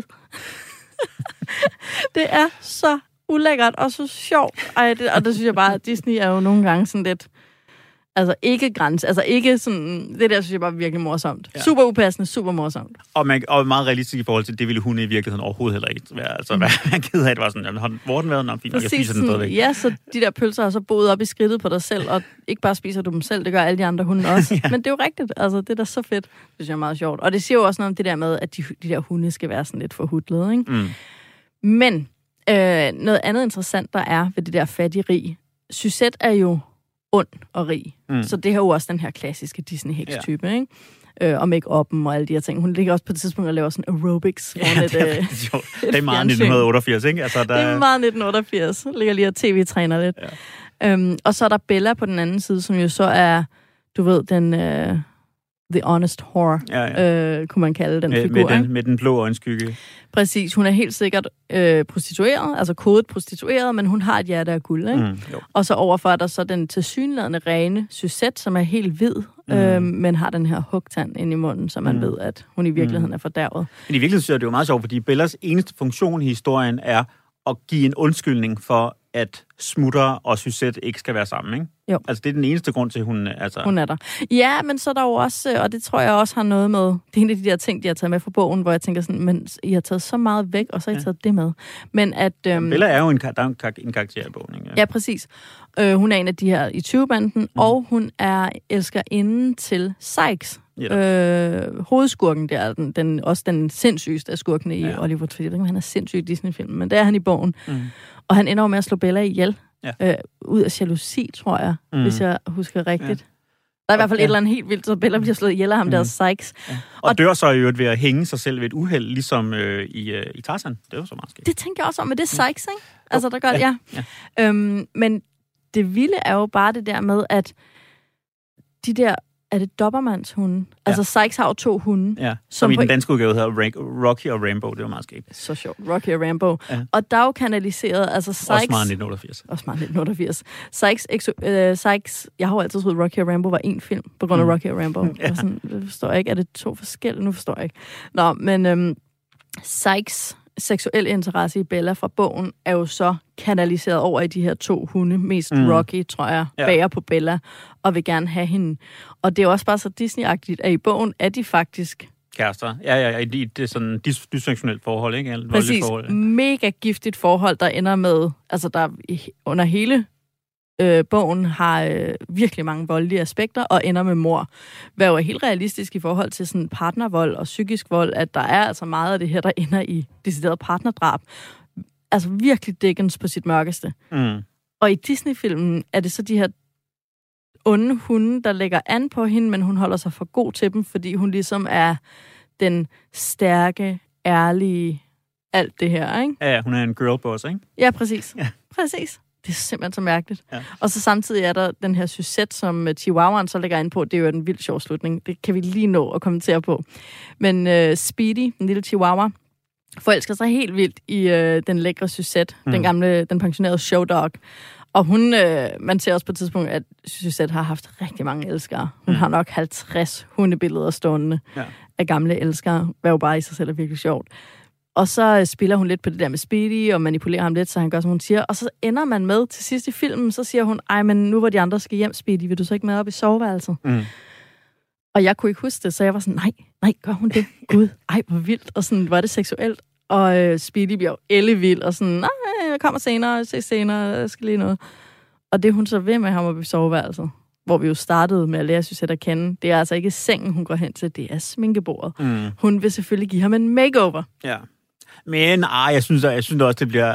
Det er så ulækkert og så sjovt. Og det synes jeg bare, at Disney er jo nogle gange sådan lidt... Altså ikke grænse, altså ikke sådan, det der synes jeg bare virkelig morsomt. Ja. Super upassende, super morsomt. Og meget realistisk i forhold til, det ville hunde i virkeligheden overhovedet heller ikke være. Altså, hvad man ked af, det var sådan, hvor den været, fint, jeg spiser den stadigvæk. Ja, så de der pølser har så boet op i skridtet på dig selv, og ikke bare spiser du dem selv, det gør alle de andre hunde også. Men det er jo rigtigt, altså det er da så fedt. Det synes jeg er meget sjovt. Og det siger jo også noget om det der med, at de der hunde skal være sådan lidt forhudlede, ikke? Mm. Men noget andet interessant, der er ved det der fattig-rig. Suzette er jo ond og rig. Så det her er jo også den her klassiske Disney-heks-type, ikke? Og make-up'en og alle de her ting. Hun ligger også på et tidspunkt og laver sådan aerobics. Ja, det er meget 1988, ikke? Altså, det er meget 1988. Hun ligger lige og tv-træner lidt. Ja. Og så er der Bella på den anden side, som jo så er, du ved, den the honest whore, kunne man kalde den figur. Med den blå øjenskygge. Præcis. Hun er helt sikkert prostitueret, altså kodet prostitueret, men hun har et hjerte af guld, ikke? Og så overfor er der så den tilsyneladende rene Suzette, som er helt hvid, men har den her hugtand ind i munden, så man ved, at hun i virkeligheden er fordærvet. Men i virkeligheden synes jeg, det er jo meget sjovt, fordi Bellas eneste funktion i historien er at give en undskyldning for, at Smutter og Suzette ikke skal være sammen, ikke? Jo. Altså, det er den eneste grund til, hun er der. Ja, men så er der jo også, og det tror jeg også har noget med, det er en af de der ting, de har taget med fra bogen, hvor jeg tænker sådan, men I har taget så meget væk, og så har I taget det med. Men at... Bella er jo en karakter i bogen, ikke? Ja, præcis. Hun er en af de her i 20-banden, og hun er elskerinden til Sykes. Hovedskurken der, også den sindssygeste af skurkene i Oliver Twist. Jeg ved ikke, han er sindssyg i Disney-film, men det er han i bogen. Og han ender jo med at slå Bella ihjel. Ud af jalousi, tror jeg, hvis jeg husker rigtigt. Ja. Der er i hvert fald et eller andet helt vildt, så Bella bliver slået ihjel af ham der Sykes. Ja. Og dør så jo ved at hænge sig selv ved et uheld, ligesom i Tarzan. Det er jo så meget skægt. Det tænker jeg også om, men det er Sykes, ikke? Altså, der gør det, ja. Men det vilde er jo bare det der med, at de der, er det Dobermans hunde? Ja. Altså, Sykes har jo 2 hunde. Ja, som i den danske udgave hedder Rocky og Rambo. Det var meget skægt. Så sjovt. Rocky og Rambo. Ja. Og der er jo kanaliseret, altså Sykes... Også meget 1988. Også meget 1988. Sykes, jeg har jo altid troet, Rocky og Rambo var én film, på grund af Rocky og Rambo. Sådan, det forstår jeg ikke. Er det 2 forskellige? Nu forstår jeg ikke. Nå, men Sykes seksuelle interesse i Bella fra bogen er jo så kanaliseret over i de her 2 hunde, mest Rocky, tror jeg, bager på Bella, og vil gerne have hende. Og det er også bare så Disney-agtigt, at i bogen er de faktisk... kærester. Ja, det er sådan et dysfunktionelt forhold, ikke? Præcis. Forhold, mega giftigt forhold, der ender med... Altså, der under hele bogen har virkelig mange voldelige aspekter, og ender med mord. Hvad jo er helt realistisk i forhold til sådan partnervold og psykisk vold, at der er altså meget af det her, der ender i decideret partnerdrab. Altså virkelig Dickens på sit mørkeste. Og i Disney-filmen er det så de her onde hunde, der lægger an på hende, men hun holder sig for god til dem, fordi hun ligesom er den stærke, ærlige, alt det her, ikke? Ja, hun er en girlboss, ikke? Ja, præcis. Ja. Præcis. Det er simpelthen så mærkeligt. Ja. Og så samtidig er der den her Suzette, som Chihuahuaen så lægger ind på. Det er jo en vild sjov slutning. Det kan vi lige nå at kommentere på. Men Speedy, den lille Chihuahua, forelsker sig helt vildt i den lækre Suzette, den pensionerede showdog. Og hun, man ser også på et tidspunkt, at Suzette har haft rigtig mange elskere. Hun har nok 50 hundebilleder stående af gamle elskere, hvad jo bare i sig selv er virkelig sjovt. Og så spiller hun lidt på det der med Speedy, og manipulerer ham lidt, så han gør, som hun siger. Og så ender man med til sidst i filmen, så siger hun, ej, men nu hvor de andre skal hjem, Speedy, vil du så ikke med op i soveværelset? Og jeg kunne ikke huske det, så jeg var sådan, nej, gør hun det? Gud, ej, hvor vildt. Og sådan, var det seksuelt? Og Speedy bliver jo ellevild, og sådan, nej, jeg kommer senere, ses senere, jeg skal lige noget. Og det hun så ved med ham op i soveværelset, hvor vi jo startede med at lære Suzette at kende, det er altså ikke sengen, hun går hen til, det er sminkebordet. Hun vil selvfølgelig give ham en makeover. Ja. Men jeg synes også,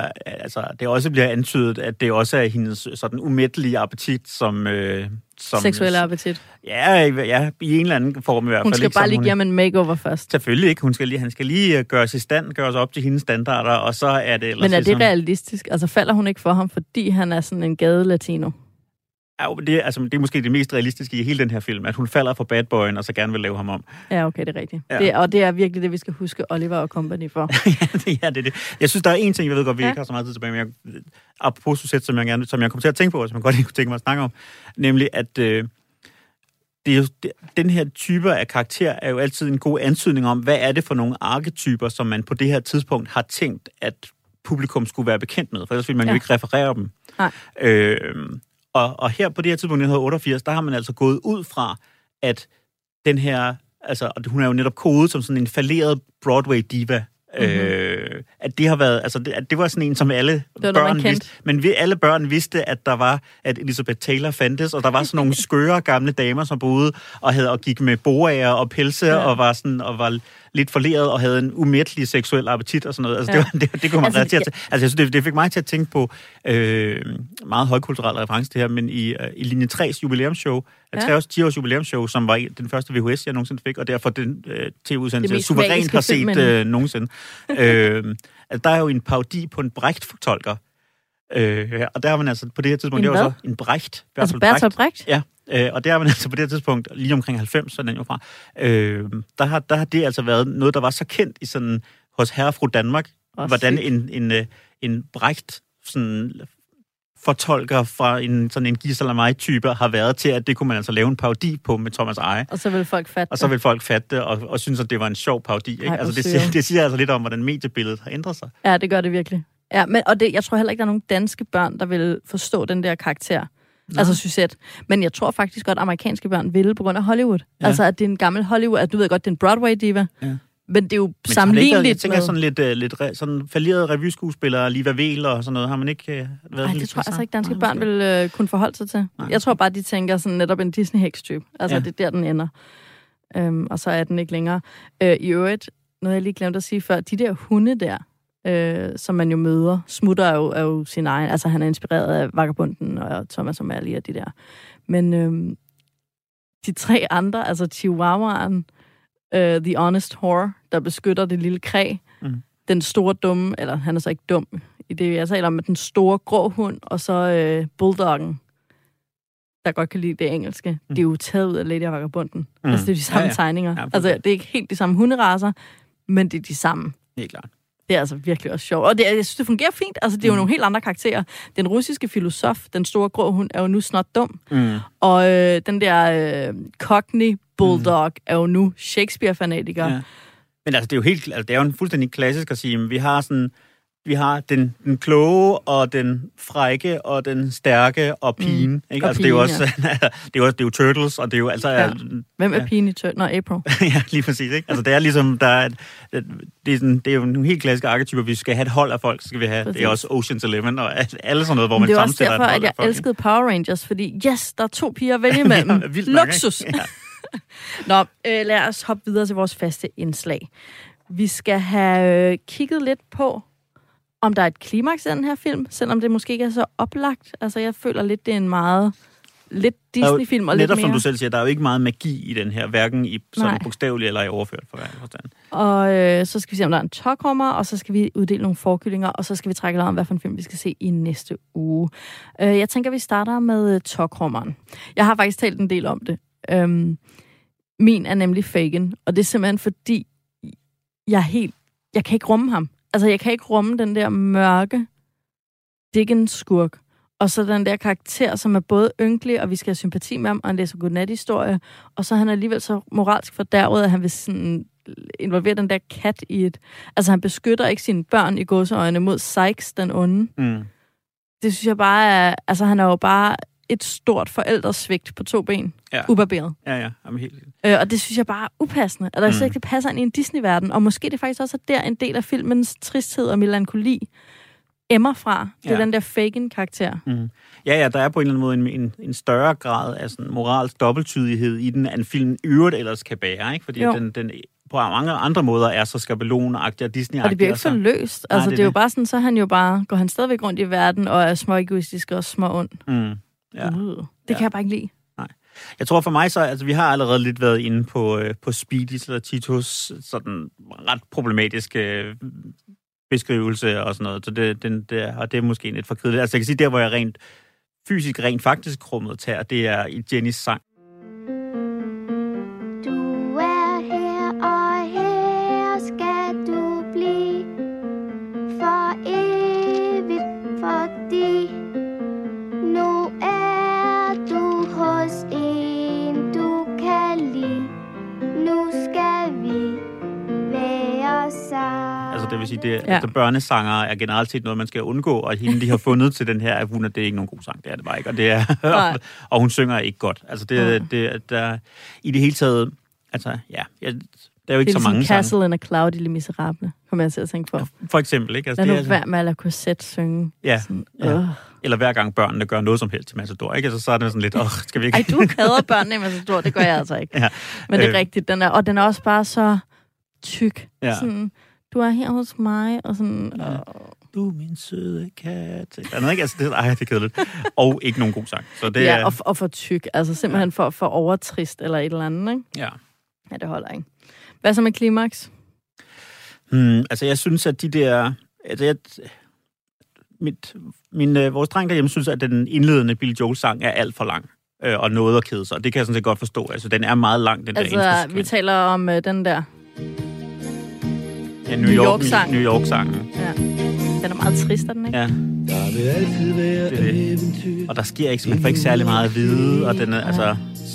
det også bliver antydet, at det også er hendes sådan umættelige appetit, som seksuelle appetit. Ja, i en eller anden form i hvert fald. Hun skal bare lige give ham en makeover først. Selvfølgelig ikke. Han skal lige gøres i stand, gøres op til hendes standarder, og så er det ellers... Men er det realistisk? Altså falder hun ikke for ham, fordi han er sådan en gade-latino? Ja, det er måske det mest realistiske i hele den her film, at hun falder for bad boyen, og så gerne vil lave ham om. Ja, okay, det er rigtigt. Ja. Det er virkelig det, vi skal huske Oliver og Company for. Ja, det er det. Jeg synes, der er en ting, jeg ved godt, vi ikke har så meget tid tilbage, men apropos Suzette, som jeg kom til at tænke på, og som jeg godt ikke kunne tænke mig at snakke om, nemlig at den her type af karakter er jo altid en god antydning om, hvad er det for nogle arketyper, som man på det her tidspunkt har tænkt, at publikum skulle være bekendt med, for ellers vil man jo ikke referere dem. Nej. Og her på det her tidspunkt, 1988, der har man altså gået ud fra, at den her, altså, hun er jo netop kodet som sådan en falderet Broadway-diva, at det har været, altså at det var sådan en, som alle børn vidste. Men alle børn vidste, at der var, at Elizabeth Taylor fandtes, og der var sådan nogle skøre gamle damer, som boede og gik med boaer og pelse, og var lidt forleret og havde en umættelig seksuel appetit og sådan noget. Altså, det kunne man relatere til. Altså, jeg synes, det fik mig til at tænke på meget højkulturel reference det her, men i Linje 3's jubilæumsshow, 10-års jubilæumsshow, som var den første VHS, jeg nogensinde fik, og derfor den tv-udsendelse, jeg suverænt har set nogensinde. Altså, der er jo en parodi på en Brecht-fortolker, og der har man altså på det her tidspunkt, det var så en Brecht. Altså Bertolt Brecht? Ja. Og der har man altså på det her tidspunkt, lige omkring 90, så den jo fra, der har det altså været noget, der var så kendt i sådan, hos herre og fru Danmark, hvordan en Brecht sådan, fortolker fra sådan en Gisela May-type har været til, at det kunne man altså lave en parodi på med Thomas Eje. Og så vil folk fatte det. Og så vil folk fatte det, og synes, at det var en sjov parodi. Ikke? Altså, det siger altså lidt om, hvordan mediebilledet har ændret sig. Ja, det gør det virkelig. Ja, jeg tror heller ikke, der er nogen danske børn, der vil forstå den der karakter. Altså Suzette. Men jeg tror faktisk godt, at amerikanske børn vil på grund af Hollywood. Ja. Altså, at det er en gammel Hollywood. At du ved godt, det er en Broadway-diva. Ja. Men det er jo sammenligneligt med... Jeg tænker sådan lidt sådan fallerede revyskuespillere, Liva Vel og sådan noget. Har man ikke været Nej, det tror jeg altså ikke, danske børn vil kunne forholde sig til. Nej. Jeg tror bare, de tænker sådan netop en Disney-heks-type. Altså, det er der, den ender. Og så er den ikke længere. I øvrigt, noget jeg lige glemte at sige før, de der hunde der, som man jo møder. Smutter er jo sin egen, altså han er inspireret af Vagabunden og Thomas O'Malley og de der. Men de tre andre, altså Chihuahuaen, The Honest Whore, der beskytter det lille kræ, den store dumme, eller han er så ikke dum, i det jeg taler om, med den store grå hund, og så Bulldoggen, der godt kan lide det engelske. Det er jo taget ud af Lady og Vagabunden. Altså det er de samme tegninger. Ja, altså det er ikke helt de samme hunderacer, men det er de samme. Helt klart. Det er altså virkelig også sjovt. Og jeg synes, det fungerer fint. Altså, det er jo nogle helt andre karakterer. Den russiske filosof, den store grå hund, er jo nu snart dum. Og den der Cockney Bulldog er jo nu Shakespeare-fanatiker. Ja. Men altså, det er jo en fuldstændig klassisk at sige, vi har den kloge og den frække og den stærke og pigen. Ikke? Altså, det er jo også det er jo Turtles, og det er jo altså... Ja. Hvem er pigen i Turtles? Nå, April. Ja, lige præcis. Ikke? Altså, det er ligesom... Det er jo nogle helt klassiske arketyper. Vi skal have et hold af folk, så skal vi have... Det er også Ocean's 11 og alle sådan noget, hvor man sammensætter et hold af folk. Det er også derfor, at jeg elskede Power Rangers, fordi der er 2 piger at vælge imellem. Luksus! Ja. Nå, lad os hoppe videre til vores faste indslag. Vi skal have kigget lidt på, om der er et klimaks i den her film, selvom det måske ikke er så oplagt. Altså, jeg føler lidt, det er en meget lidt Disney-film og lidt mere. Netop som du selv siger, der er jo ikke meget magi i den her, hverken i sådan bogstavelig eller i overført forstand. Og så skal vi se, om der er en tokrummer, og så skal vi uddele nogle forkyllinger, og så skal vi trække lidt om, hvad for en film vi skal se i næste uge. Jeg tænker, vi starter med tokrummeren. Jeg har faktisk talt en del om det. Min er nemlig Fagin, og det er simpelthen fordi, jeg kan ikke rumme ham. Altså, jeg kan ikke rumme den der mørke Dickens-skurk, og så den der karakter, som er både ynkelig, og vi skal have sympati med ham, og han læser godnat-historie, og så er han alligevel så moralsk fordærvet, at han vil sådan involvere den der kat i et... Altså, han beskytter ikke sine børn i gåseøjne mod Sykes, den onde. Det synes jeg bare er... Altså, han er jo bare et stort forældresvigt på 2 ben. Ja. Ubarberet. Ja. Jamen, helt. Og det synes jeg bare er upassende. Og der er ikke, det passer ind i en Disney-verden. Og måske det faktisk også er der en del af filmens tristhed og melankoli emmer fra. Det er den der Fagin-karakter. Ja, der er på en eller anden måde en større grad af sådan moralsk dobbelttydighed i den, at filmen øvrigt ellers kan bære, ikke? Fordi den på mange andre måder er så skabelonagtig og Disney-agtig. Og det bliver ikke så løst. Altså, det er jo bare sådan, så går han stadigvæk rundt i verden og er små egoistisk og små ond. Ja. Det kan jeg bare ikke lide. Nej. Jeg tror for mig så, altså vi har allerede lidt været inde på Speedys eller Titos sådan ret problematiske beskrivelse og sådan noget. Så det er måske lidt for kedeligt. Altså jeg kan sige, der hvor jeg rent faktisk krummet tager, det er i Jennys sang. Du er her, og her skal du blive for evigt, fordi nu er du hos en, du kan lide. Nu skal vi være sammen. Altså det vil sige, altså, børnesanger er generelt set noget, man skal undgå, og hende, de har fundet til den her, at det er ikke nogen god sang, det er det bare ikke, og det er, og hun synger ikke godt. Altså, der, i det hele taget, altså, ja, der er jo ikke så mange sange. Castle in a Cloud i Les Miserables, kommer jeg til at tænke på. For eksempel, ikke? Altså, lad nu være med at lade Cosette synge. Ja, sådan, eller hver gang børnene gør noget som helst til Matador, ikke? Altså, så er det sådan lidt, skal vi ikke... Ej, du hader børnene i Matador, det gør jeg altså ikke. Men det er rigtigt, den er også bare så tyk. Sådan, du er her hos mig, og sådan... Du er min søde kat. Ikke? Altså, det er kedeligt. Og ikke nogen god sang. Så det og for tyk. Altså simpelthen for overtrist eller et eller andet, ikke? Ja, det holder ikke. Hvad så med klimaks? Altså, jeg synes, at de der... Altså, vores dreng derhjemme synes, at den indledende Billy Joel-sang er alt for lang. Og noget at kede sig. Og det kan jeg sådan set godt forstå. Altså, den er meget lang, den der introsekvens. Vi taler om den der... Ja, New York-sangen. Ja. Den er meget trist, er den, ikke? Ja. Der vil altid være eventyr. Og der sker ikke, man får ikke særlig meget at vide, og den er, altså...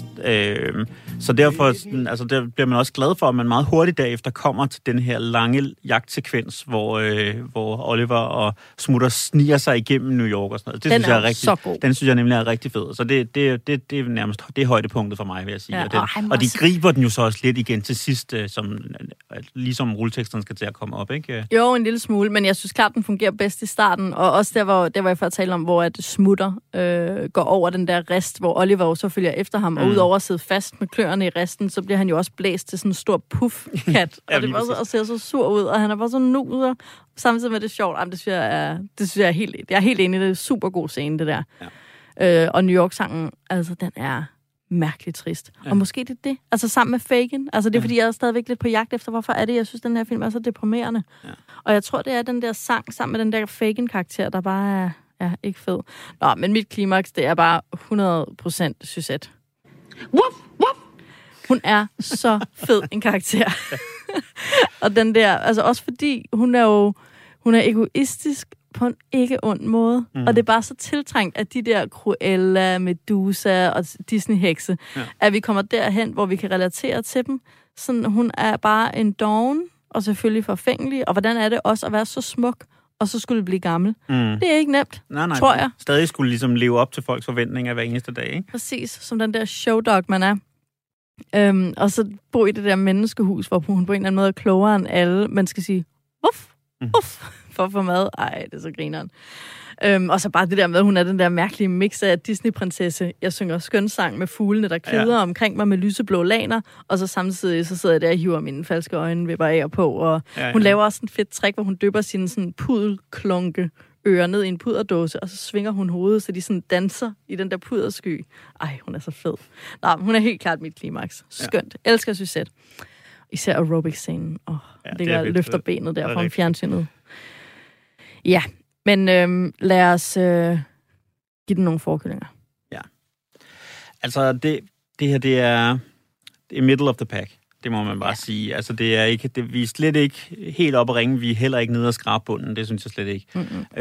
så derfor altså, der bliver man også glad for, at man meget hurtigt derefter kommer til den her lange jagtsekvens, hvor Oliver og Smutter sniger sig igennem New York og sådan noget. Det den synes jeg er rigtig, så god. Den synes jeg nemlig er rigtig fed. Så det er nærmest det højdepunktet for mig, vil jeg sige. Ja, og de griber den jo så også lidt igen til sidst, ligesom rulleteksterne skal til at komme op, ikke? Jo, en lille smule, men jeg synes klart, den fungerer bedst i starten, og også der var jeg før tale om, hvor at Smutter går over den der rest, hvor Oliver også følger efter ham, og udover at sidde fast med kløerne i resten, så bliver han jo også blæst til sådan en stor puff-kat. Og det var og ser så sur ud, og han er bare så nuet, og samtidig med det sjovt. Jamen, det synes jeg er helt... Jeg er helt enig, det er en super god scene, det der. Ja. Og New York-sangen, altså, den er mærkeligt trist. Ja. Og måske det er det. Altså, sammen med Fagin. Altså, det er, fordi jeg er stadigvæk lidt på jagt efter, hvorfor er det, jeg synes, den her film er så deprimerende. Ja. Og jeg tror, det er den der sang, sammen med den der Fagin-karakter, der bare er ikke fed. Nå, men mit klimaks, det er bare 100% Suzette. Wuff, wuff. Hun er så fed en karakter. Og den der, altså også fordi hun er egoistisk på en ikke ond måde. Og det er bare så tiltrængt, at de der Cruella, Medusa og Disney-hekse, at vi kommer derhen, hvor vi kan relatere til dem. Sådan, hun er bare en doven, og selvfølgelig forfængelig. Og hvordan er det også at være så smuk, og så skulle blive gammel? Det er ikke nemt, tror jeg. Stadig skulle ligesom leve op til folks forventninger hver eneste dag, ikke? Præcis, som den der showdog, man er. Og så bo i det der menneskehus, hvor hun på en eller anden måde er klogere end alle. Man skal sige, uff, for at få mad. Ej, det er så grineren. Og så bare det der med, hun er den der mærkelige mix af Disney-prinsesse. Jeg synger skønsang med fuglene, der kvider omkring mig med lyseblå laner, og så samtidig så sidder jeg der og hiver mine falske øjenvipper af og på, og hun laver også en fedt trick, hvor hun dypper sine sådan pudelklunke ører ned i en puderdåse, og så svinger hun hovedet, så de sådan danser i den der pudersky. Ej, hun er så fed. Nå, hun er helt klart mit klimaks. Skønt. Elsker Suzette. Især aerobic-scenen. Det løfter benet der fra fjernsynet. Ja, men lad os give den nogle forkyllinger. Ja. Altså, det her, det er middle of the pack. Det må man bare sige. Altså, vi er slet ikke helt oppe at ringe. Vi er heller ikke nede og skrabe bunden. Det synes jeg slet ikke.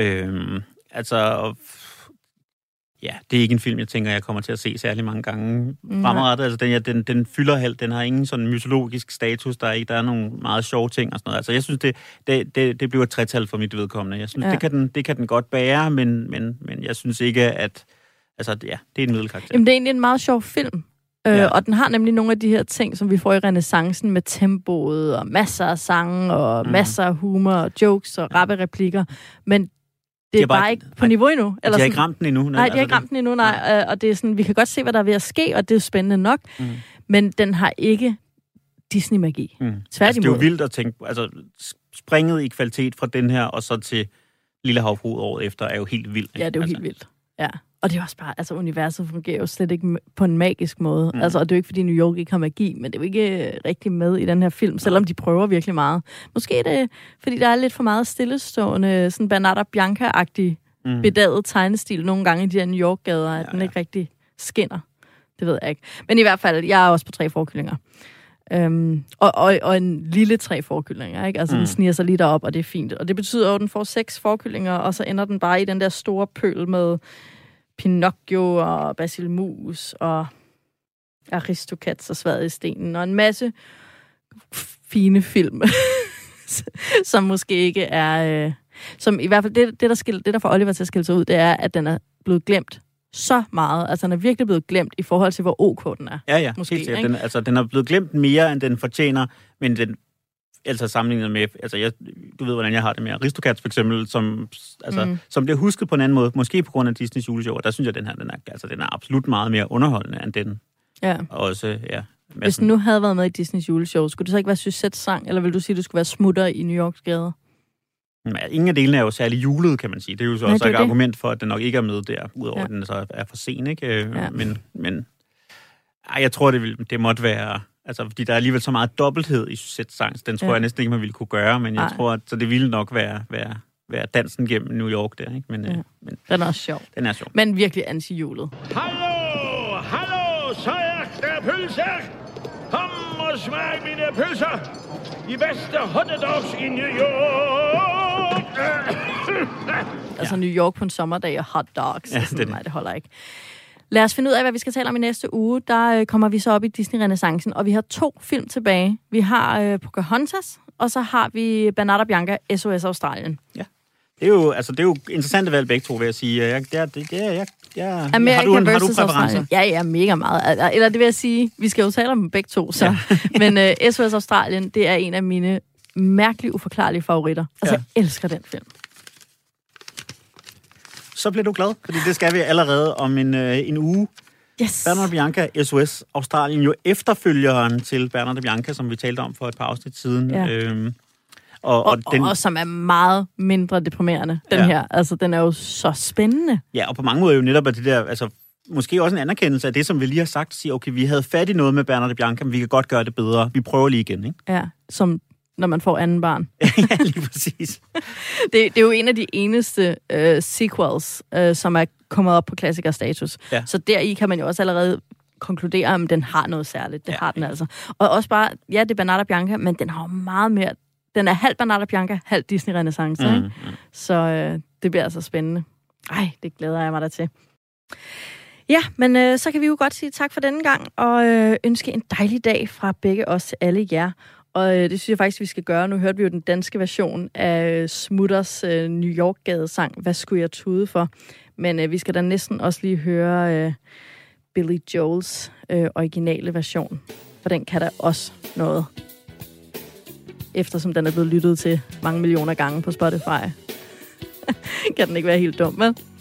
Det er ikke en film, jeg tænker, jeg kommer til at se særlig mange gange fremadrettet. Altså, den fylder helt. Den har ingen sådan mytologisk status. Der er nogle meget sjove ting og sådan noget. Altså, jeg synes, det bliver et tretal for mit vedkommende. Jeg synes, det kan den godt bære, men jeg synes ikke, at... Altså, det er en middelkarakter. Jamen, det er egentlig en meget sjov film. Og den har nemlig nogle af de her ting, som vi får i renaissancen med tempoet, og masser af sange, og masser af humor, og jokes, og rappe replikker. Men det er bare ikke på niveau endnu. Eller de har ikke ramt den endnu. Nej, de har ikke ramt den endnu, nej. Og det er sådan, vi kan godt se, hvad der er ved at ske, og det er spændende nok. Men den har ikke Disney-magi. Tværtimod. Altså, det er jo vildt at tænke, altså springet i kvalitet fra den her, og så til Lille Havfrue året efter, er jo helt vildt. Ja, det er jo helt vildt. Ja. Og det er også bare, altså universet fungerer jo slet ikke på en magisk måde. Altså, og det er jo ikke, fordi New York ikke har magi, men det er jo ikke rigtig med i den her film, selvom de prøver virkelig meget. Måske er det, fordi der er lidt for meget stillestående, sådan Bernarda Bianca-agtig bedaget tegnestil nogle gange i de her New York-gader, at den ikke rigtig skinner. Det ved jeg ikke. Men i hvert fald, jeg er også på 3 forkyllinger. Og en lille 3 forkyllinger, ikke? Altså, den sniger sig lige derop, og det er fint. Og det betyder jo, at den får 6 forkyllinger, og så ender den bare i den der store pøl med Pinocchio og Basil Mus og Aristocats og Sværet i stenen og en masse fine film. som måske ikke er... som i hvert fald, det der får Oliver til at skille sig ud, det er, at den er blevet glemt så meget. Altså, den er virkelig blevet glemt i forhold til, hvor OK den er. Ja, måske, helt sikkert. Den er blevet glemt mere, end den fortjener, men den altså sammenlignet med, du ved, hvordan jeg har det med Aristocats for eksempel, som bliver husket på en anden måde, måske på grund af Disneys juleshow, der synes jeg, den er absolut meget mere underholdende, end den. Ja. Også, Hvis den nu havde været med i Disneys juleshow, skulle det så ikke være Suzettes sang, eller vil du sige, at du skulle være smutter i New Yorks gader? Ingen af delene er jo særlig julet, kan man sige. Det er jo så også et argument for, at den nok ikke er med der, udover at den så er for sen, ikke? Men jeg tror, det måtte være... Altså, fordi der er alligevel så meget dobbelthed i Suzettes sang, den tror jeg næsten ikke, man ville kunne gøre, men jeg tror, at så det ville nok være dansen gennem New York der, ikke? Men den er også sjov. Den er sjov. Men virkelig anti-julet. Hallo, så er der pølser. Kom og smag mine pølser. De bedste hotdogs i New York. Altså New York på en sommerdag og hot dogs. Nej, det holder ikke. Lad os finde ud af, hvad vi skal tale om i næste uge. Der kommer vi så op i Disney-renæssancen, og vi har 2 film tilbage. Vi har Pocahontas, og så har vi Bernard & Bianca, SOS Australien. Ja. Det er jo interessante valg begge to, vil jeg sige. Har du præferencer? Ja, mega meget. Eller det vil jeg sige, vi skal jo tale om dem begge to, så. Ja. Men SOS Australien, det er en af mine mærkeligt uforklarlige favoritter. Altså, jeg elsker den film. Så bliver du glad, fordi det skal vi allerede om en uge. Yes. Bernard & Bianca, SOS Australien, jo efterfølgeren til Bernard & Bianca, som vi talte om for et par afsnit siden. Ja. Og som er meget mindre deprimerende, den her. Altså, den er jo så spændende. Ja, og på mange måder jo netop det der, altså, måske også en anerkendelse af det, som vi lige har sagt, at sige, okay, vi havde fat i noget med Bernard & Bianca, men vi kan godt gøre det bedre. Vi prøver lige igen, ikke? Ja, som når man får anden barn. Ja, lige præcis. Det er jo en af de eneste sequels, som er kommet op på klassikerstatus. Ja. Så deri kan man jo også allerede konkludere, om den har noget særligt. Det har den altså. Og også bare, det er Bernard & Bianca, men den har meget mere... Den er halv Bernard & Bianca, halv Disney-renæssance, ikke? Så det bliver altså spændende. Ej, det glæder jeg mig da til. Ja, men så kan vi jo godt sige tak for denne gang, og ønske en dejlig dag fra begge os til alle jer. Og det synes jeg faktisk, vi skal gøre. Nu hørte vi jo den danske version af Smutters New York-gadesang, Hvad skulle jeg tude for? Men vi skal da næsten også lige høre Billy Joels originale version, for den kan der også noget. Eftersom den er blevet lyttet til mange millioner gange på Spotify. Kan den ikke være helt dum, vel?